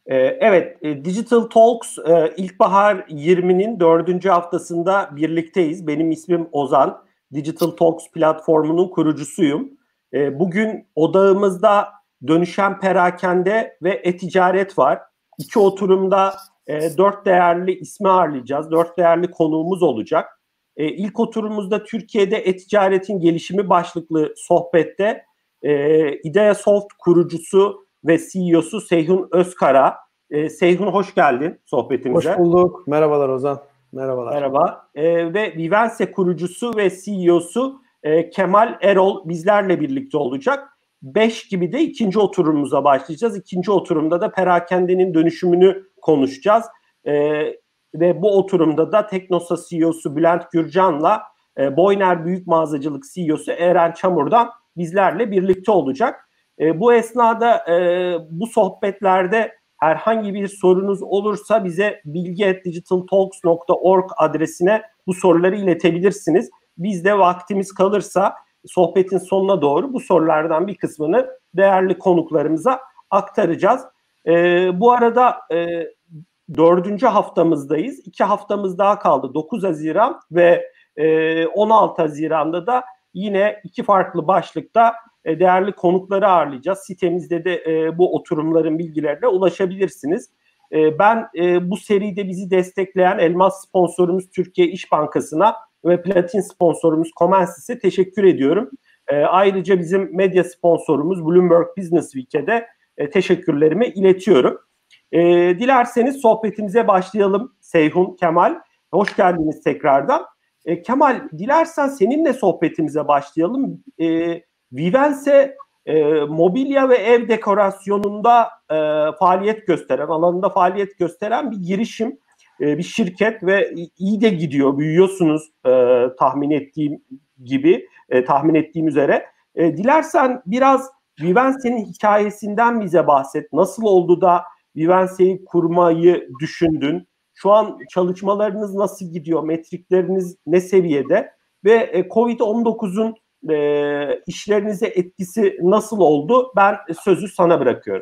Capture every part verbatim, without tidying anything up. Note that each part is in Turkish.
Ee, evet, e, Digital Talks e, İlkbahar yirminin dördüncü haftasında birlikteyiz. Benim ismim Ozan. Digital Talks platformunun kurucusuyum. E, bugün odağımızda dönüşen perakende ve e-ticaret var. İki oturumda e, dört değerli ismi ağırlayacağız. Dört değerli konuğumuz olacak. E, ilk oturumumuzda Türkiye'de e-ticaretin gelişimi başlıklı sohbette e, Ideasoft kurucusu ve C E O'su Seyhun Özkara. E, Seyhun hoş geldin sohbetimize. Hoş bulduk. Merhabalar Ozan. Merhabalar. Merhaba. E, ve Vivense kurucusu ve C E O'su e, Kemal Erol bizlerle birlikte olacak. Beş gibi de ikinci oturumumuza başlayacağız. İkinci oturumda da perakendenin dönüşümünü konuşacağız. E, ve bu oturumda da Teknosa C E O'su Bülent Gürcan'la e, Boyner Büyük Mağazacılık C E O'su Eren Çamur'dan bizlerle birlikte olacak. E, bu esnada e, bu sohbetlerde herhangi bir sorunuz olursa bize bilgi at digitaltalks nokta org adresine bu soruları iletebilirsiniz. Biz de vaktimiz kalırsa sohbetin sonuna doğru bu sorulardan bir kısmını değerli konuklarımıza aktaracağız. E, bu arada e, dördüncü haftamızdayız. İki haftamız daha kaldı. dokuz Haziran ve e, on altı Haziran'da da yine iki farklı başlıkta e, değerli konukları ağırlayacağız. Sitemizde de e, bu oturumların bilgilerine ulaşabilirsiniz. E, ben e, bu seride bizi destekleyen elmas sponsorumuz Türkiye İş Bankası'na ve platin sponsorumuz Comensis'e teşekkür ediyorum. E, ayrıca bizim medya sponsorumuz Bloomberg Business Week'e de e, teşekkürlerimi iletiyorum. E, dilerseniz sohbetimize başlayalım Seyhun, Kemal. Hoş geldiniz tekrardan. E, Kemal, dilersen seninle sohbetimize başlayalım. E, Vivense e, mobilya ve ev dekorasyonunda e, faaliyet gösteren, alanında faaliyet gösteren bir girişim, e, bir şirket ve iyi de gidiyor, büyüyorsunuz e, tahmin ettiğim gibi, e, tahmin ettiğim üzere. E, dilersen biraz Vivense'nin hikayesinden bize bahset. Nasıl oldu da Vivense'yi kurmayı düşündün? Şu an çalışmalarınız nasıl gidiyor? Metrikleriniz ne seviyede? Ve e, kovid on dokuzun e, işlerinize etkisi nasıl oldu? Ben sözü sana bırakıyorum.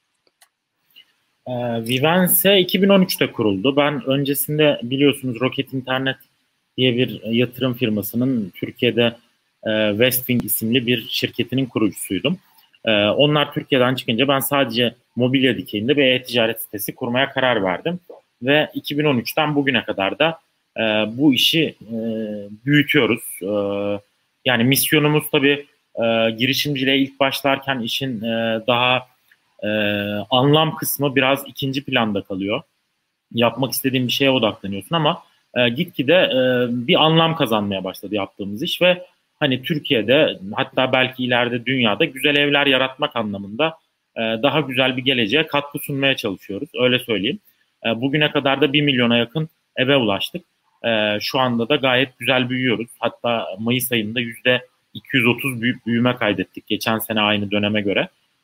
E, Vivense iki bin on üçte kuruldu. Ben öncesinde biliyorsunuz Rocket Internet diye bir yatırım firmasının Türkiye'de e, Westwing isimli bir şirketinin kurucusuydum. E, onlar Türkiye'den çıkınca ben sadece mobilya dikeyinde bir e-ticaret sitesi kurmaya karar verdim. Ve iki bin on üçten bugüne kadar da e, bu işi e, büyütüyoruz. E, yani misyonumuz tabii e, girişimciliğe ilk başlarken işin e, daha e, anlam kısmı biraz ikinci planda kalıyor. Yapmak istediğin bir şeye odaklanıyorsun ama e, gitgide e, bir anlam kazanmaya başladı yaptığımız iş ve hani Türkiye'de hatta belki ileride dünyada güzel evler yaratmak anlamında e, daha güzel bir geleceğe katkı sunmaya çalışıyoruz. Öyle söyleyeyim. Bugüne kadar da bir milyona yakın eve ulaştık. Şu anda da gayet güzel büyüyoruz. Hatta Mayıs ayında yüzde iki yüz otuz büyük büyüme kaydettik geçen sene aynı döneme göre.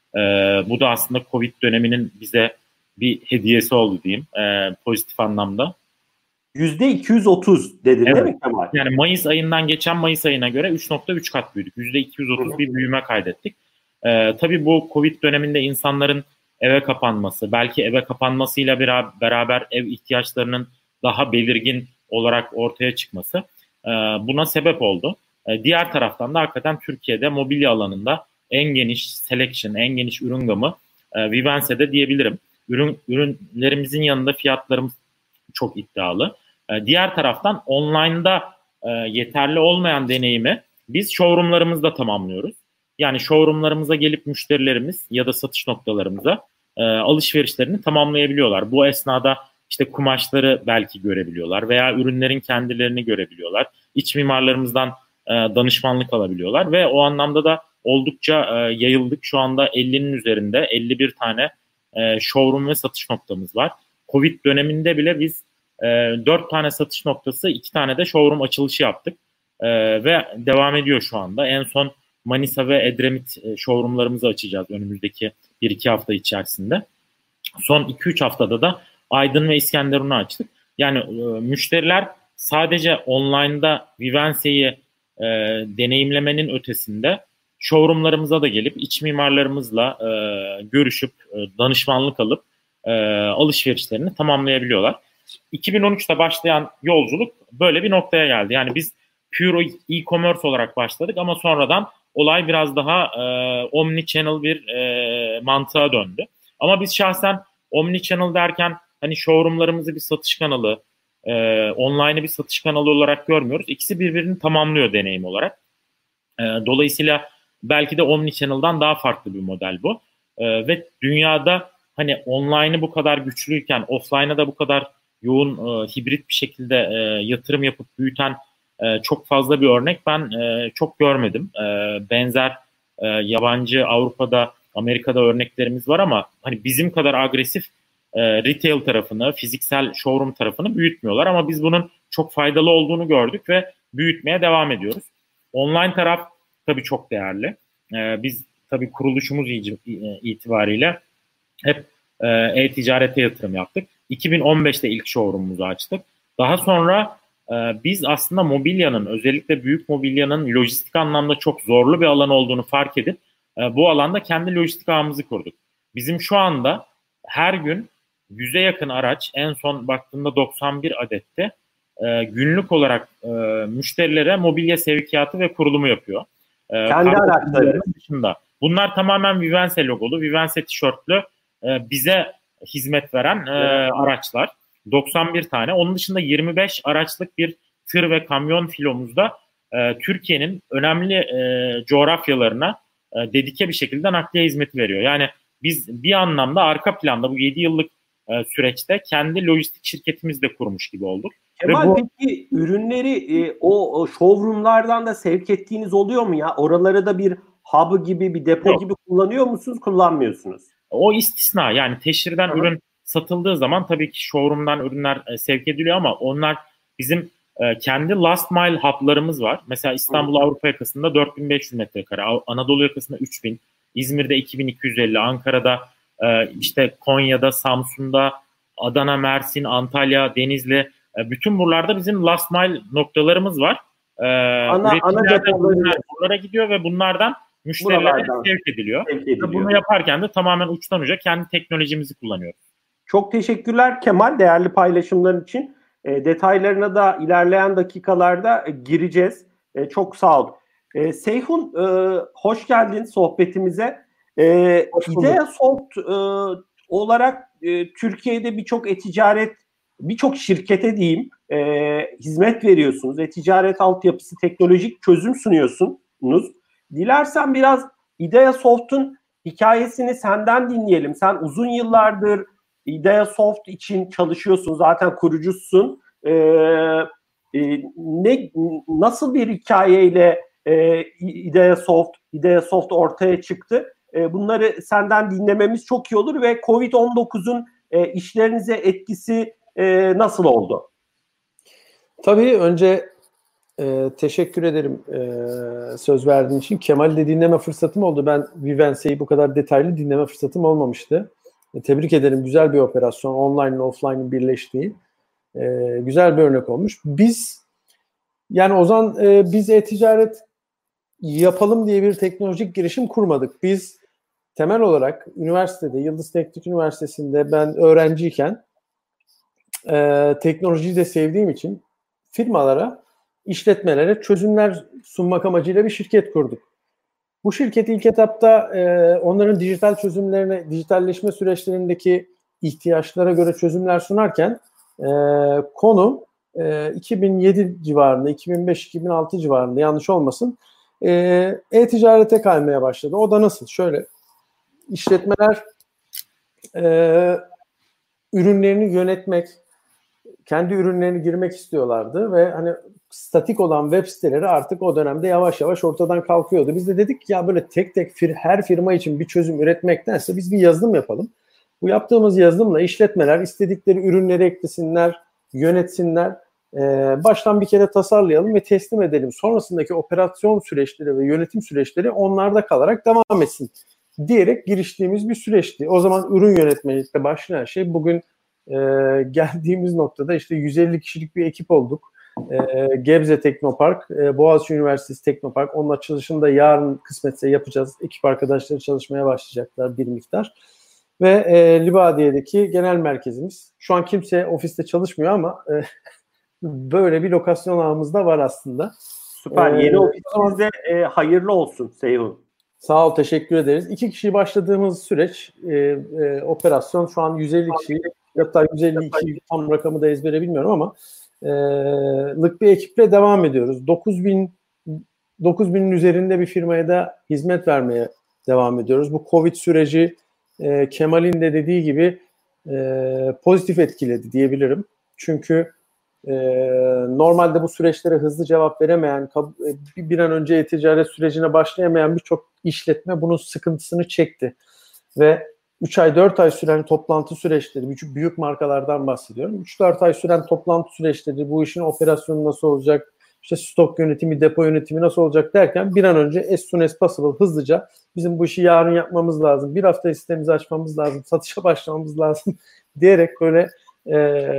Bu da aslında Covid döneminin bize bir hediyesi oldu diyeyim pozitif anlamda. yüzde iki yüz otuz dedin evet. Değil mi Kemal? Yani Mayıs ayından geçen Mayıs ayına göre üç nokta üç kat büyüdük. yüzde iki yüz otuz bir büyüme kaydettik. Tabii bu Covid döneminde insanların eve kapanması, belki eve kapanmasıyla beraber ev ihtiyaçlarının daha belirgin olarak ortaya çıkması buna sebep oldu. Diğer taraftan da hakikaten Türkiye'de mobilya alanında en geniş selection, en geniş ürün gamı Vivense'de diyebilirim. Ürün, ürünlerimizin yanında fiyatlarımız çok iddialı. Diğer taraftan online'da yeterli olmayan deneyimi biz showroomlarımızda tamamlıyoruz. Yani showroomlarımıza gelip müşterilerimiz ya da satış noktalarımıza e, alışverişlerini tamamlayabiliyorlar. Bu esnada işte kumaşları belki görebiliyorlar veya ürünlerin kendilerini görebiliyorlar. İç mimarlarımızdan e, danışmanlık alabiliyorlar ve o anlamda da oldukça e, yayıldık. Şu anda ellinin üzerinde elli bir tane e, showroom ve satış noktamız var. Covid döneminde bile biz e, dört tane satış noktası, iki tane de showroom açılışı yaptık e, ve devam ediyor şu anda. En son Manisa ve Edremit showroomlarımızı açacağız önümüzdeki bir iki hafta içerisinde. Son iki üç haftada da Aydın ve İskenderun'u açtık. Yani e, müşteriler sadece online'da Vivense'yi e, deneyimlemenin ötesinde showroomlarımıza da gelip iç mimarlarımızla e, görüşüp e, danışmanlık alıp e, alışverişlerini tamamlayabiliyorlar. iki bin on üçte başlayan yolculuk böyle bir noktaya geldi. Yani biz pure e-commerce olarak başladık ama sonradan olay biraz daha e, omni-channel bir e, mantığa döndü. Ama biz şahsen omni-channel derken hani showroomlarımızı bir satış kanalı, e, online'ı bir satış kanalı olarak görmüyoruz. İkisi birbirini tamamlıyor deneyim olarak. E, dolayısıyla belki de omni-channel'dan daha farklı bir model bu. E, ve dünyada hani online'ı bu kadar güçlüyken offline'a da bu kadar yoğun e, hibrit bir şekilde e, yatırım yapıp büyüten e, çok fazla bir örnek ben e, çok görmedim. E, benzer e, yabancı Avrupa'da, Amerika'da örneklerimiz var ama hani bizim kadar agresif e, retail tarafını, fiziksel showroom tarafını büyütmüyorlar ama biz bunun çok faydalı olduğunu gördük ve büyütmeye devam ediyoruz. Online taraf tabii çok değerli. E, biz tabii kuruluşumuz itibariyle hep e, e-ticarete yatırım yaptık. iki bin on beşte ilk showroom'umuzu açtık. Daha sonra e, biz aslında mobilyanın, özellikle büyük mobilyanın lojistik anlamda çok zorlu bir alan olduğunu fark edip e, bu alanda kendi lojistik ağımızı kurduk. Bizim şu anda her gün yüze yakın araç, en son baktığımda doksan bir adette e, günlük olarak e, müşterilere mobilya sevkiyatı ve kurulumu yapıyor. E, Kendi araçları dışında. Bunlar tamamen Vivence logolu, Vivence tişörtlü e, bize hizmet veren e, araçlar. doksan bir tane. Onun dışında yirmi beş araçlık bir tır ve kamyon filomuzda e, Türkiye'nin önemli e, coğrafyalarına e, dedike bir şekilde nakliye hizmeti veriyor. Yani biz bir anlamda arka planda bu yedi yıllık e, süreçte kendi lojistik şirketimizi de kurmuş gibi olduk. Kemal bu... peki ürünleri e, o, o showroomlardan da sevk ettiğiniz oluyor mu ya? Oralara da bir hub gibi, bir depo Yok. gibi kullanıyor musunuz, kullanmıyorsunuz? O istisna, yani teşhirden Aha. ürün satıldığı zaman tabii ki showroom'dan ürünler e, sevk ediliyor ama onlar bizim e, kendi last mile hub'larımız var. Mesela İstanbul Hı. Avrupa yakasında dört bin beş yüz metrekare, Anadolu yakasında üç bin, İzmir'de iki bin iki yüz elli, Ankara'da e, işte Konya'da, Samsun'da, Adana, Mersin, Antalya, Denizli, e, bütün buralarda bizim last mile noktalarımız var. E, ana ana depoları bunlara gidiyor ve bunlardan müşterilere sevk ediliyor. Sevk ediliyor. Bunu yaparken de tamamen uçtan uca kendi teknolojimizi kullanıyoruz. Çok teşekkürler Kemal, değerli paylaşımların için. E, detaylarına da ilerleyen dakikalarda e, gireceğiz. E, çok sağ ol. E, Seyhun, e, hoş geldin sohbetimize. E, IdeaSoft e, olarak e, Türkiye'de birçok e-ticaret, birçok şirkete diyeyim e, hizmet veriyorsunuz. E-ticaret altyapısı, teknolojik çözüm sunuyorsunuz. Dilersen biraz IdeaSoft'un hikayesini senden dinleyelim. Sen uzun yıllardır IdeaSoft için çalışıyorsun. Zaten kurucusun. Ee, e, ne nasıl bir hikayeyle e, IdeaSoft, IdeaSoft ortaya çıktı? E, bunları senden dinlememiz çok iyi olur ve kovid on dokuzun e, işlerinize etkisi e, nasıl oldu? Tabii önce e, teşekkür ederim e, söz verdiğin için. Kemal'i de dinleme fırsatım oldu. Ben Vivence'yi bu kadar detaylı dinleme fırsatım olmamıştı. E, tebrik ederim. Güzel bir operasyon. Online ile offline'ın birleştiği. E, güzel bir örnek olmuş. Biz yani Ozan e, biz e-ticaret yapalım diye bir teknolojik girişim kurmadık. Biz temel olarak üniversitede, Yıldız Teknik Üniversitesi'nde ben öğrenciyken e, teknolojiyi de sevdiğim için firmalara, işletmelere çözümler sunmak amacıyla bir şirket kurduk. Bu şirket ilk etapta e, onların dijital çözümlerine, dijitalleşme süreçlerindeki ihtiyaçlara göre çözümler sunarken e, konu e, iki bin yedi civarında, iki bin beş iki bin altı civarında yanlış olmasın e, e-ticarete kaymaya başladı. O da nasıl? Şöyle, işletmeler e, ürünlerini yönetmek, kendi ürünlerini girmek istiyorlardı ve hani statik olan web siteleri artık o dönemde yavaş yavaş ortadan kalkıyordu. Biz de dedik ya böyle tek tek fir, her firma için bir çözüm üretmektense biz bir yazılım yapalım. Bu yaptığımız yazılımla işletmeler istedikleri ürünleri eklesinler, yönetsinler. Ee, baştan bir kere tasarlayalım ve teslim edelim. Sonrasındaki operasyon süreçleri ve yönetim süreçleri onlarda kalarak devam etsin diyerek giriştiğimiz bir süreçti. O zaman ürün yönetmelikle başlayan şey bugün e, geldiğimiz noktada işte yüz elli kişilik bir ekip olduk. E, Gebze Teknopark, e, Boğaziçi Üniversitesi Teknopark. Onun açılışını da yarın kısmetse yapacağız. Ekip arkadaşları çalışmaya başlayacaklar bir miktar. ve e, Libadiye'deki genel merkezimiz. Şu an kimse ofiste çalışmıyor ama e, böyle bir lokasyon ağımız da var aslında. Süper. Ee, Yeni ofisinizde e, hayırlı olsun Seyhun. Sağ ol, teşekkür ederiz. İki kişi başladığımız süreç, e, e, operasyon şu an yüz elli kişi, hatta yüz elli iki tam rakamı da ezbere bilmiyorum ama e, lık bir ekiple devam ediyoruz. dokuz bin dokuz binin üzerinde bir firmaya da hizmet vermeye devam ediyoruz. Bu Covid süreci e, Kemal'in de dediği gibi e, pozitif etkiledi diyebilirim. Çünkü e, normalde bu süreçlere hızlı cevap veremeyen, bir an önce e-ticaret sürecine başlayamayan birçok işletme bunun sıkıntısını çekti. Ve üç ay dört ay süren toplantı süreçleri, büyük, büyük markalardan bahsediyorum. üç dört ay süren toplantı süreçleri, bu işin operasyonu nasıl olacak, işte stok yönetimi, depo yönetimi nasıl olacak derken bir an önce as soon as possible, hızlıca bizim bu işi yarın yapmamız lazım, bir hafta sistemimizi açmamız lazım, satışa başlamamız lazım diyerek böyle e,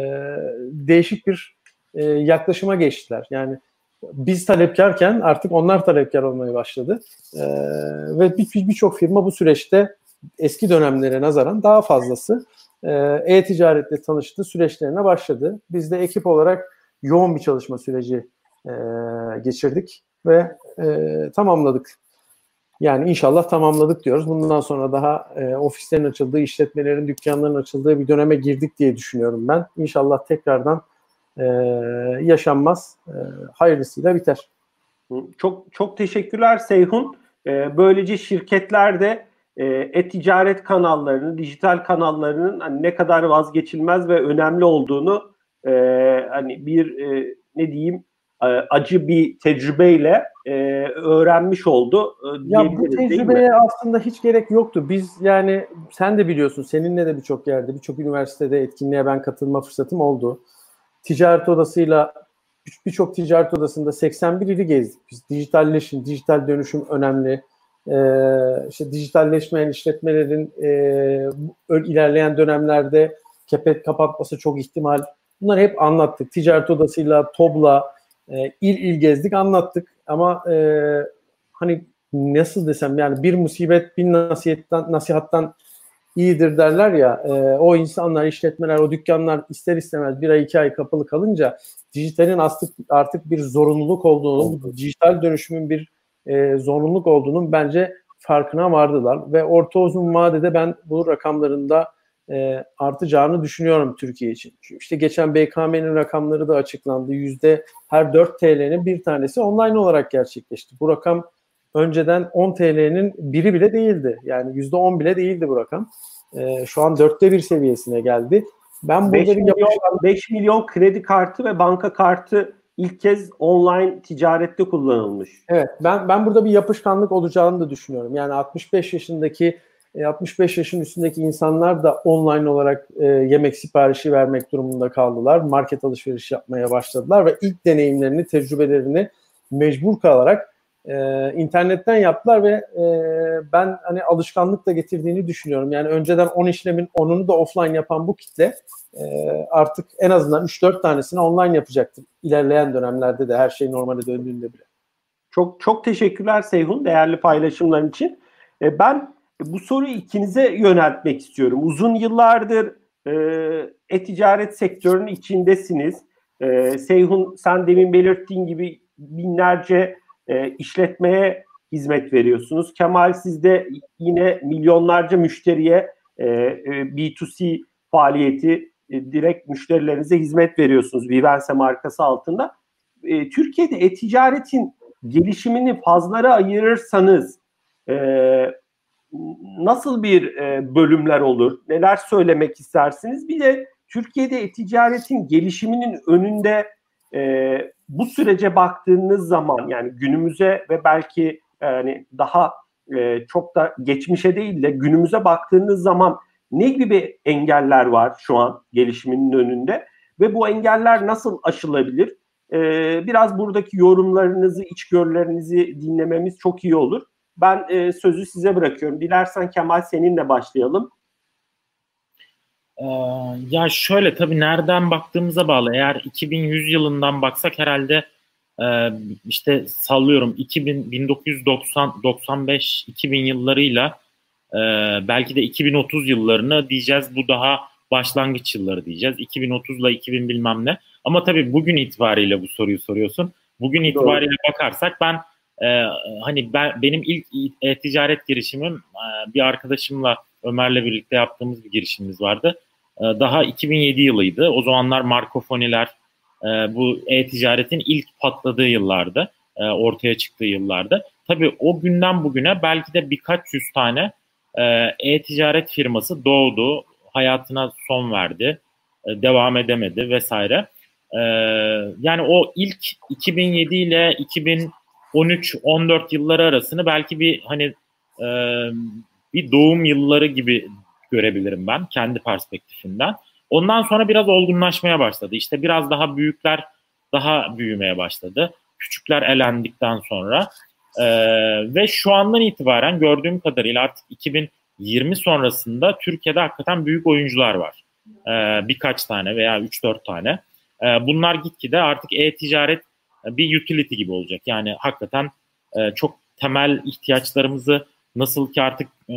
değişik bir e, yaklaşıma geçtiler. Yani biz talepkarken artık onlar talepkar olmaya başladı. E, ve birçok bir firma bu süreçte eski dönemlere nazaran daha fazlası e-ticaretle tanıştı, süreçlerine başladı. Biz de ekip olarak yoğun bir çalışma süreci e, geçirdik ve e, tamamladık. Yani inşallah tamamladık diyoruz. Bundan sonra daha e, ofislerin açıldığı, işletmelerin, dükkanların açıldığı bir döneme girdik diye düşünüyorum ben. İnşallah tekrardan e, yaşanmaz, e, hayırlısıyla biter. Çok çok teşekkürler Seyhun. E, böylece şirketler de e-ticaret kanallarının, dijital kanallarının hani ne kadar vazgeçilmez ve önemli olduğunu e, hani bir e, ne diyeyim e, acı bir tecrübeyle e, öğrenmiş oldu. E, ya bu tecrübeye aslında hiç gerek yoktu. Biz yani sen de biliyorsun, seninle de birçok yerde, birçok üniversitede etkinliğe ben katılma fırsatım oldu. Ticaret odasıyla birçok ticaret odasında seksen bir ili gezdik. Biz dijitalleşim, dijital dönüşüm önemli. Ee, işte dijitalleşmeyen işletmelerin e, ilerleyen dönemlerde kepek kapatması çok ihtimal. Bunları hep anlattık. Ticaret odasıyla, TOB'la e, il il gezdik, anlattık. Ama e, hani nasıl desem, yani bir musibet bin nasihatten, nasihattan iyidir derler ya. E, o insanlar, işletmeler, o dükkanlar ister istemez bir ay iki ay kapalı kalınca dijitalin artık, artık bir zorunluluk olduğunu, dijital dönüşümün bir e, zorunluluk olduğunun bence farkına vardılar. Ve orta uzun vadede ben bu rakamlarında e, artacağını düşünüyorum Türkiye için. Çünkü işte geçen B K M'nin rakamları da açıklandı. Yüzde her dört T L'nin bir tanesi online olarak gerçekleşti. Bu rakam önceden on T L'nin biri bile değildi. Yani yüzde on bile değildi bu rakam. E, şu an dörtte bir seviyesine geldi. Ben burada beş milyon, beş milyon kredi kartı ve banka kartı ilk kez online ticarette kullanılmış. Evet, ben ben burada bir yapışkanlık olacağını da düşünüyorum. Yani altmış beş yaşındaki altmış beş yaşın üstündeki insanlar da online olarak e, yemek siparişi vermek durumunda kaldılar. Market alışveriş yapmaya başladılar ve ilk deneyimlerini, tecrübelerini mecbur kalarak e, internetten yaptılar ve e, ben hani alışkanlık da getirdiğini düşünüyorum. Yani önceden on işlemin onunu da offline yapan bu kitle e, artık en azından üç dört tanesini online yapacaktır. İlerleyen dönemlerde de her şey normale döndüğünde bile. Çok çok teşekkürler Seyhun, değerli paylaşımların için. E, ben bu soruyu ikinize yöneltmek istiyorum. Uzun yıllardır e, e-ticaret sektörünün içindesiniz. E, Seyhun, sen demin belirttiğin gibi binlerce e, işletmeye hizmet veriyorsunuz. Kemal, siz de yine milyonlarca müşteriye e, e, B iki C faaliyeti e, direkt müşterilerinize hizmet veriyorsunuz Vivense markası altında. E, Türkiye'de e-ticaretin gelişimini fazlara ayırırsanız e, nasıl bir e, bölümler olur? Neler söylemek istersiniz? Bir de Türkiye'de e-ticaretin gelişiminin önünde e, bu sürece baktığınız zaman, yani günümüze ve belki yani daha e, çok da geçmişe değil de günümüze baktığınız zaman ne gibi engeller var şu an gelişiminin önünde ve bu engeller nasıl aşılabilir? Ee, biraz buradaki yorumlarınızı, içgörülerinizi dinlememiz çok iyi olur. Ben e, sözü size bırakıyorum. Dilersen Kemal, seninle başlayalım. Ee, ya şöyle, tabii nereden baktığımıza bağlı. Eğer iki bin yüz yılından baksak herhalde e, işte sallıyorum iki bin, bin dokuz yüz doksan doksan beş iki bin yıllarıyla e, belki de iki bin otuz yıllarını diyeceğiz, bu daha başlangıç yılları diyeceğiz. iki bin otuzla iki bin bilmem ne. Ama tabii bugün itibariyle bu soruyu soruyorsun. Bugün itibariyle Doğru. bakarsak ben e, hani ben benim ilk e-ticaret girişimim e, bir arkadaşımla, Ömer'le birlikte yaptığımız bir girişimimiz vardı. E, daha iki bin yedi yılıydı. O zamanlar Markofoniler e, bu e-ticaretin ilk patladığı yıllardı. E, ortaya çıktığı yıllarda. Tabii o günden bugüne belki de birkaç yüz tane e, e-ticaret firması doğdu, hayatına son verdi, e, devam edemedi vesaire. E, yani o ilk iki bin yedi ile iki bin on üç on dört yılları arasını belki bir hani e, bir doğum yılları gibi görebilirim ben kendi perspektifimden. Ondan sonra biraz olgunlaşmaya başladı. İşte biraz daha büyükler daha büyümeye başladı. Küçükler elendikten sonra e, ve şu andan itibaren gördüğüm kadarıyla artık iki bin yirmi sonrasında Türkiye'de hakikaten büyük oyuncular var. E, birkaç tane veya üç dört tane. E, bunlar gitgide artık e-ticaret bir utility gibi olacak. Yani hakikaten e, çok temel ihtiyaçlarımızı, nasıl ki artık e,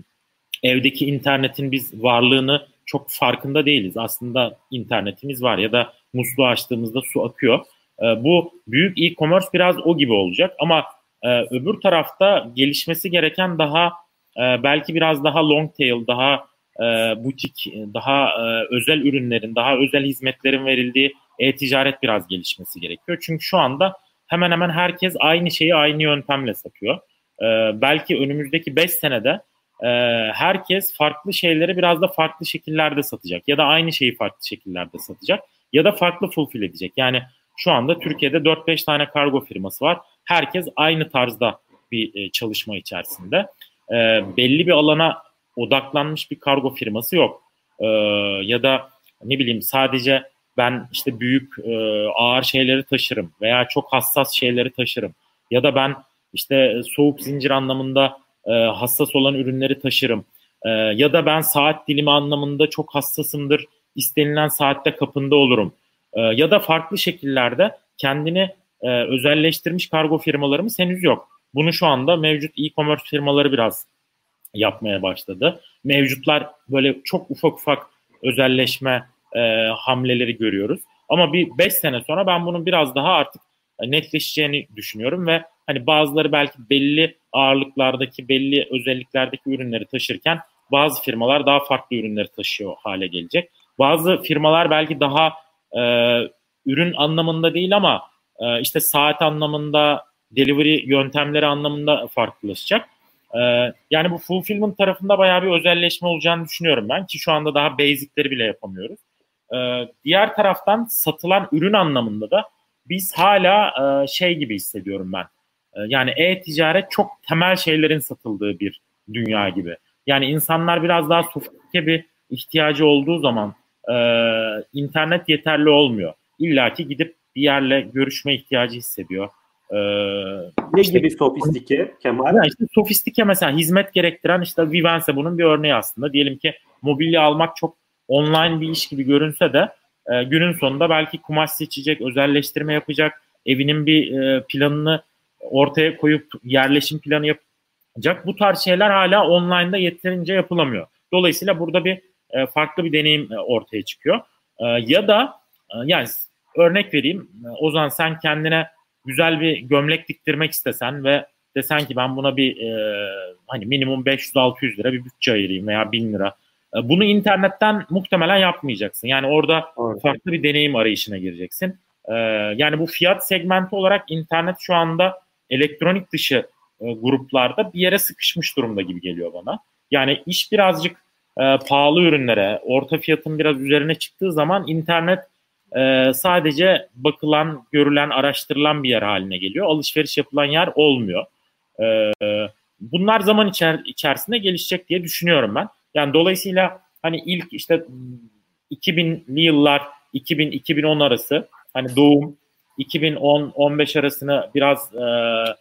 evdeki internetin biz varlığını çok farkında değiliz. Aslında internetimiz var ya da musluğu açtığımızda su akıyor. Bu büyük e-commerce biraz o gibi olacak ama e, öbür tarafta gelişmesi gereken daha e, belki biraz daha long tail, daha e, butik, daha e, özel ürünlerin, daha özel hizmetlerin verildiği e-ticaret biraz gelişmesi gerekiyor. Çünkü şu anda hemen hemen herkes aynı şeyi aynı yöntemle satıyor. E, belki önümüzdeki beş senede e, herkes farklı şeyleri biraz da farklı şekillerde satacak ya da aynı şeyi farklı şekillerde satacak ya da farklı fulfill edecek. Yani şu anda Türkiye'de dört beş tane kargo firması var. Herkes aynı tarzda bir e, çalışma içerisinde. E, belli bir alana odaklanmış bir kargo firması yok. E, ya da ne bileyim sadece ben işte büyük e, ağır şeyleri taşırım veya çok hassas şeyleri taşırım. Ya da ben işte soğuk zincir anlamında e, hassas olan ürünleri taşırım. E, ya da ben saat dilimi anlamında çok hassasımdır. İstenilen saatte kapında olurum. Ya da farklı şekillerde kendini e, özelleştirmiş kargo firmalarımız henüz yok. Bunu şu anda mevcut e-commerce firmaları biraz yapmaya başladı. Mevcutlar böyle çok ufak ufak özelleşme e, hamleleri görüyoruz. Ama bir beş sene sonra ben bunun biraz daha artık netleşeceğini düşünüyorum ve hani bazıları belki belli ağırlıklardaki, belli özelliklerdeki ürünleri taşırken bazı firmalar daha farklı ürünleri taşıyor hale gelecek. Bazı firmalar belki daha e, ürün anlamında değil ama e, işte saat anlamında, delivery yöntemleri anlamında farklılaşacak. E, yani bu fulfillment tarafında bayağı bir özelleşme olacağını düşünüyorum ben ki şu anda daha basicleri bile yapamıyoruz. E, diğer taraftan satılan ürün anlamında da biz hala e, şey gibi hissediyorum ben. E, yani e-ticaret çok temel şeylerin satıldığı bir dünya gibi. Yani insanlar biraz daha sofistike bir ihtiyacı olduğu zaman e, internet yeterli olmuyor. İlla ki gidip bir yerle görüşme ihtiyacı hissediyor. E, ne işte, gibi sofistike Kemal? Yani işte sofistike mesela hizmet gerektiren işte Vivense bunun bir örneği aslında. Diyelim ki mobilya almak çok online bir iş gibi görünse de e, günün sonunda belki kumaş seçecek, özelleştirme yapacak, evinin bir e, planını ortaya koyup yerleşim planı yapacak. Bu tarz şeyler hala online'da yeterince yapılamıyor. Dolayısıyla burada bir e, farklı bir deneyim e, ortaya çıkıyor. E, ya da e, yani örnek vereyim. E, Ozan sen kendine güzel bir gömlek diktirmek istesen ve desen ki ben buna bir e, hani minimum beş yüz altı yüz lira bir bütçe ayırayım veya bin lira. E, bunu internetten muhtemelen yapmayacaksın. Yani orada evet. farklı bir deneyim arayışına gireceksin. E, yani bu fiyat segmenti olarak internet şu anda elektronik dışı e, gruplarda bir yere sıkışmış durumda gibi geliyor bana. Yani iş birazcık e, pahalı ürünlere, orta fiyatın biraz üzerine çıktığı zaman internet e, sadece bakılan, görülen, araştırılan bir yer haline geliyor. Alışveriş yapılan yer olmuyor. E, bunlar zaman içer, içerisinde gelişecek diye düşünüyorum ben. Yani dolayısıyla hani ilk işte iki binli yıllar, iki bin iki bin on arası hani doğum, iki bin on on beş arasını biraz e,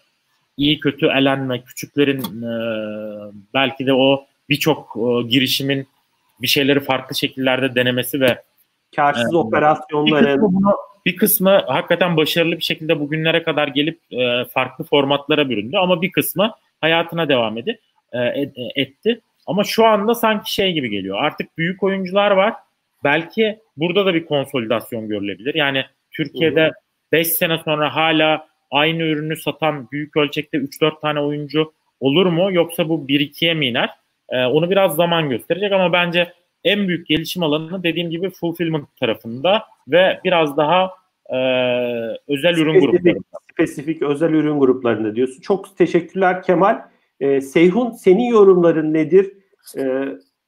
iyi kötü elenme, küçüklerin e, belki de o birçok e, girişimin bir şeyleri farklı şekillerde denemesi ve karsız e, operasyonların bir kısmı, bunu, bir kısmı hakikaten başarılı bir şekilde bugünlere kadar gelip e, farklı formatlara büründü ama bir kısmı hayatına devam ediyor. e, etti. Ama şu anda sanki şey gibi geliyor. Artık büyük oyuncular var. Belki burada da bir konsolidasyon görülebilir. Yani Türkiye'de beş sene sonra hala aynı ürünü satan büyük ölçekte üç dört tane oyuncu olur mu? Yoksa bu bir ikiye mi iner? Ee, onu biraz zaman gösterecek ama bence en büyük gelişim alanı dediğim gibi fulfillment tarafında ve biraz daha e, özel ürün spesifik, gruplarında. Spesifik özel ürün gruplarında diyorsun. Çok teşekkürler Kemal. Ee, Seyhun, senin yorumların nedir? Ee,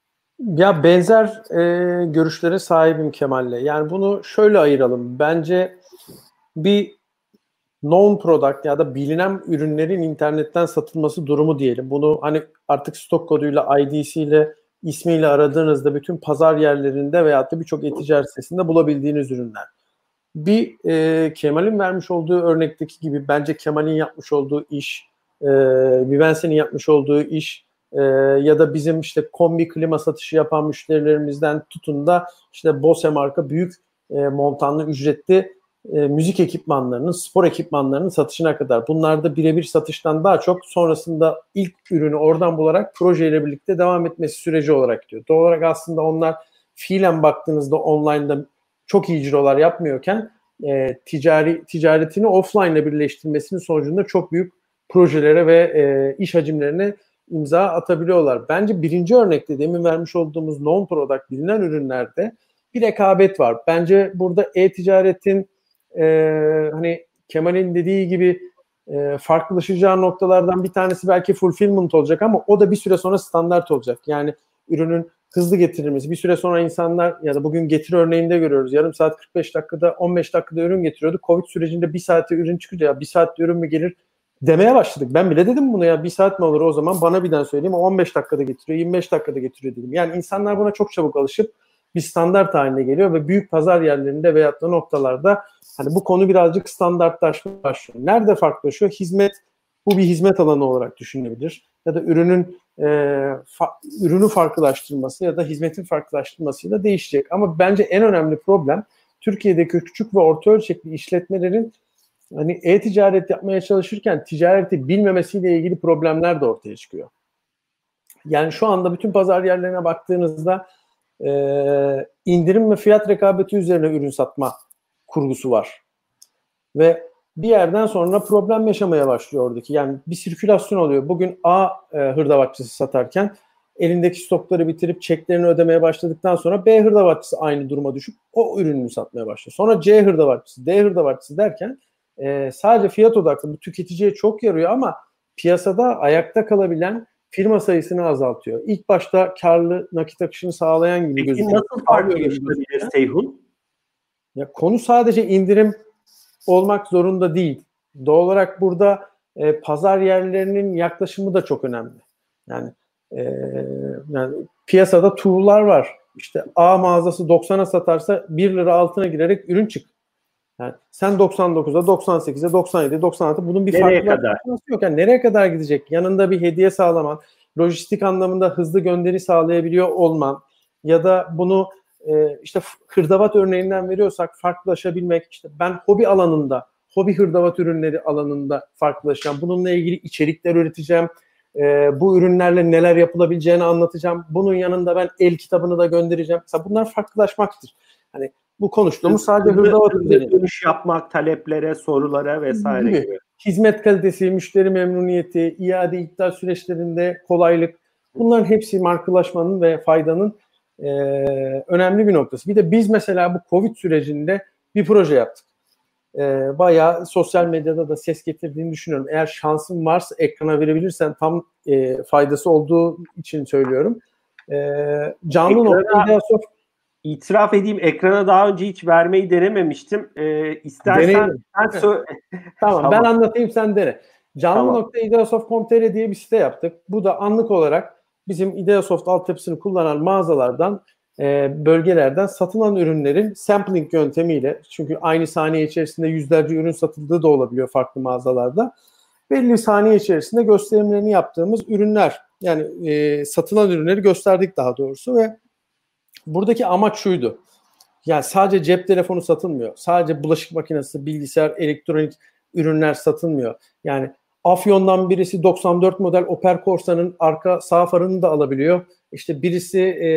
Ya benzer e, görüşlere sahibim Kemal'le. Yani bunu şöyle ayıralım. Bence bir known product ya da bilinen ürünlerin internetten satılması durumu diyelim. Bunu hani artık stok koduyla, I D'siyle, ismiyle aradığınızda bütün pazar yerlerinde veyahut da birçok e-ticaret sitesinde bulabildiğiniz ürünler. Bir e, Kemal'in vermiş olduğu örnekteki gibi bence Kemal'in yapmış olduğu iş, e, Vivense'nin yapmış olduğu iş e, ya da bizim işte kombi klima satışı yapan müşterilerimizden tutun da işte Bose marka büyük e, montanlı ücretli e, müzik ekipmanlarının, spor ekipmanlarının satışına kadar. Bunlarda birebir satıştan daha çok sonrasında ilk ürünü oradan bularak projeyle birlikte devam etmesi süreci olarak gidiyor. Doğal olarak aslında onlar fiilen baktığınızda online'da çok iyi cirolar yapmıyorken e, ticari ticaretini offline ile birleştirmesinin sonucunda çok büyük projelere ve e, iş hacimlerine imza atabiliyorlar. Bence birinci örnekte demin vermiş olduğumuz known product bilinen ürünlerde bir rekabet var. Bence burada e-ticaretin e, hani Kemal'in dediği gibi e, farklılaşacağı noktalardan bir tanesi belki fulfillment olacak ama o da bir süre sonra standart olacak. Yani ürünün hızlı getirilmesi. Bir süre sonra insanlar ya da bugün getir örneğinde görüyoruz. Yarım saat kırk beş dakikada on beş dakikada ürün getiriyordu. Covid sürecinde bir saatte ürün çıkınca ya bir saatte ürün mü gelir demeye başladık. Ben bile dedim bunu ya bir saat mi olur o zaman bana birden söyleyeyim. O on beş dakikada getiriyor, yirmi beş dakikada getiriyor dedim. Yani insanlar buna çok çabuk alışıp bir standart haline geliyor ve büyük pazar yerlerinde veyahut da noktalarda hani bu konu birazcık standartlaşmaya başlıyor. Nerede farklılaşıyor? Hizmet, bu bir hizmet alanı olarak düşünülebilir. Ya da ürünün e, fa- ürünü farklılaştırması ya da hizmetin farklılaştırmasıyla değişecek. Ama bence en önemli problem Türkiye'deki küçük ve orta ölçekli işletmelerin hani e-ticaret yapmaya çalışırken ticareti bilmemesiyle ilgili problemler de ortaya çıkıyor. Yani şu anda bütün pazar yerlerine baktığınızda e, indirim ve fiyat rekabeti üzerine ürün satma kurgusu var. Ve bir yerden sonra problem yaşamaya başlıyor oradaki. Yani bir sirkülasyon oluyor. Bugün A e, hırdavatçısı satarken elindeki stokları bitirip çeklerini ödemeye başladıktan sonra B hırdavatçısı aynı duruma düşüp o ürününü satmaya başlıyor. Sonra C hırdavatçısı, D hırdavatçısı derken e, sadece fiyat odaklı bu tüketiciye çok yarıyor ama piyasada ayakta kalabilen firma sayısını azaltıyor. İlk başta karlı nakit akışını sağlayan gibi Peki gözüküyor. nasıl farklılaştırabilir Seyhun? Ya konu sadece indirim olmak zorunda değil. Doğal olarak burada e, pazar yerlerinin yaklaşımı da çok önemli. Yani, e, yani piyasada tool'lar var. İşte A mağazası doksana satarsa bir lira altına girerek ürün çık. Yani sen doksan dokuza, doksan sekize, doksan yedi, doksan altı bunun bir farklılaşması yok. Yani nereye kadar gidecek? Yanında bir hediye sağlaman, lojistik anlamında hızlı gönderi sağlayabiliyor olman ya da bunu e, işte hırdavat örneğinden veriyorsak farklılaşabilmek. İşte ben hobi alanında, hobi hırdavat ürünleri alanında farklılaşacağım. Bununla ilgili içerikler üreteceğim. E, bu ürünlerle neler yapılabileceğini anlatacağım. Bunun yanında ben el kitabını da göndereceğim. Mesela bunlar farklılaşmaktır. Hani bu konuştuğumuz sadece hırdavat üzerine. Dönüş yapmak, taleplere, sorulara vesaire gibi. gibi. Hizmet kalitesi, müşteri memnuniyeti, iade iptal süreçlerinde kolaylık. Bunların hepsi markalaşmanın ve faydanın e, önemli bir noktası. Bir de biz mesela bu Covid sürecinde bir proje yaptık. E, bayağı sosyal medyada da ses getirdiğini düşünüyorum. Eğer şansın varsa ekrana verebilirsen tam e, faydası olduğu için söylüyorum. E, canlı nokta İdeasoft İtiraf edeyim ekrana daha önce hiç vermeyi denememiştim. Ee, istersen sen sö- tamam, tamam ben anlatayım sen dene. Canlı tamam. nokta ideasoft nokta com nokta tr diye bir site yaptık. Bu da anlık olarak bizim Ideasoft altyapısını kullanan mağazalardan, e, bölgelerden satılan ürünlerin sampling yöntemiyle, çünkü aynı saniye içerisinde yüzlerce ürün satıldığı da olabiliyor farklı mağazalarda. Belli bir saniye içerisinde gösterimlerini yaptığımız ürünler, yani e, satılan ürünleri gösterdik daha doğrusu ve buradaki amaç şuydu. Yani sadece cep telefonu satılmıyor. Sadece bulaşık makinesi, bilgisayar, elektronik ürünler satılmıyor. Yani Afyon'dan birisi doksan dört model Opel Corsa'nın arka sağ farını da alabiliyor. İşte birisi e,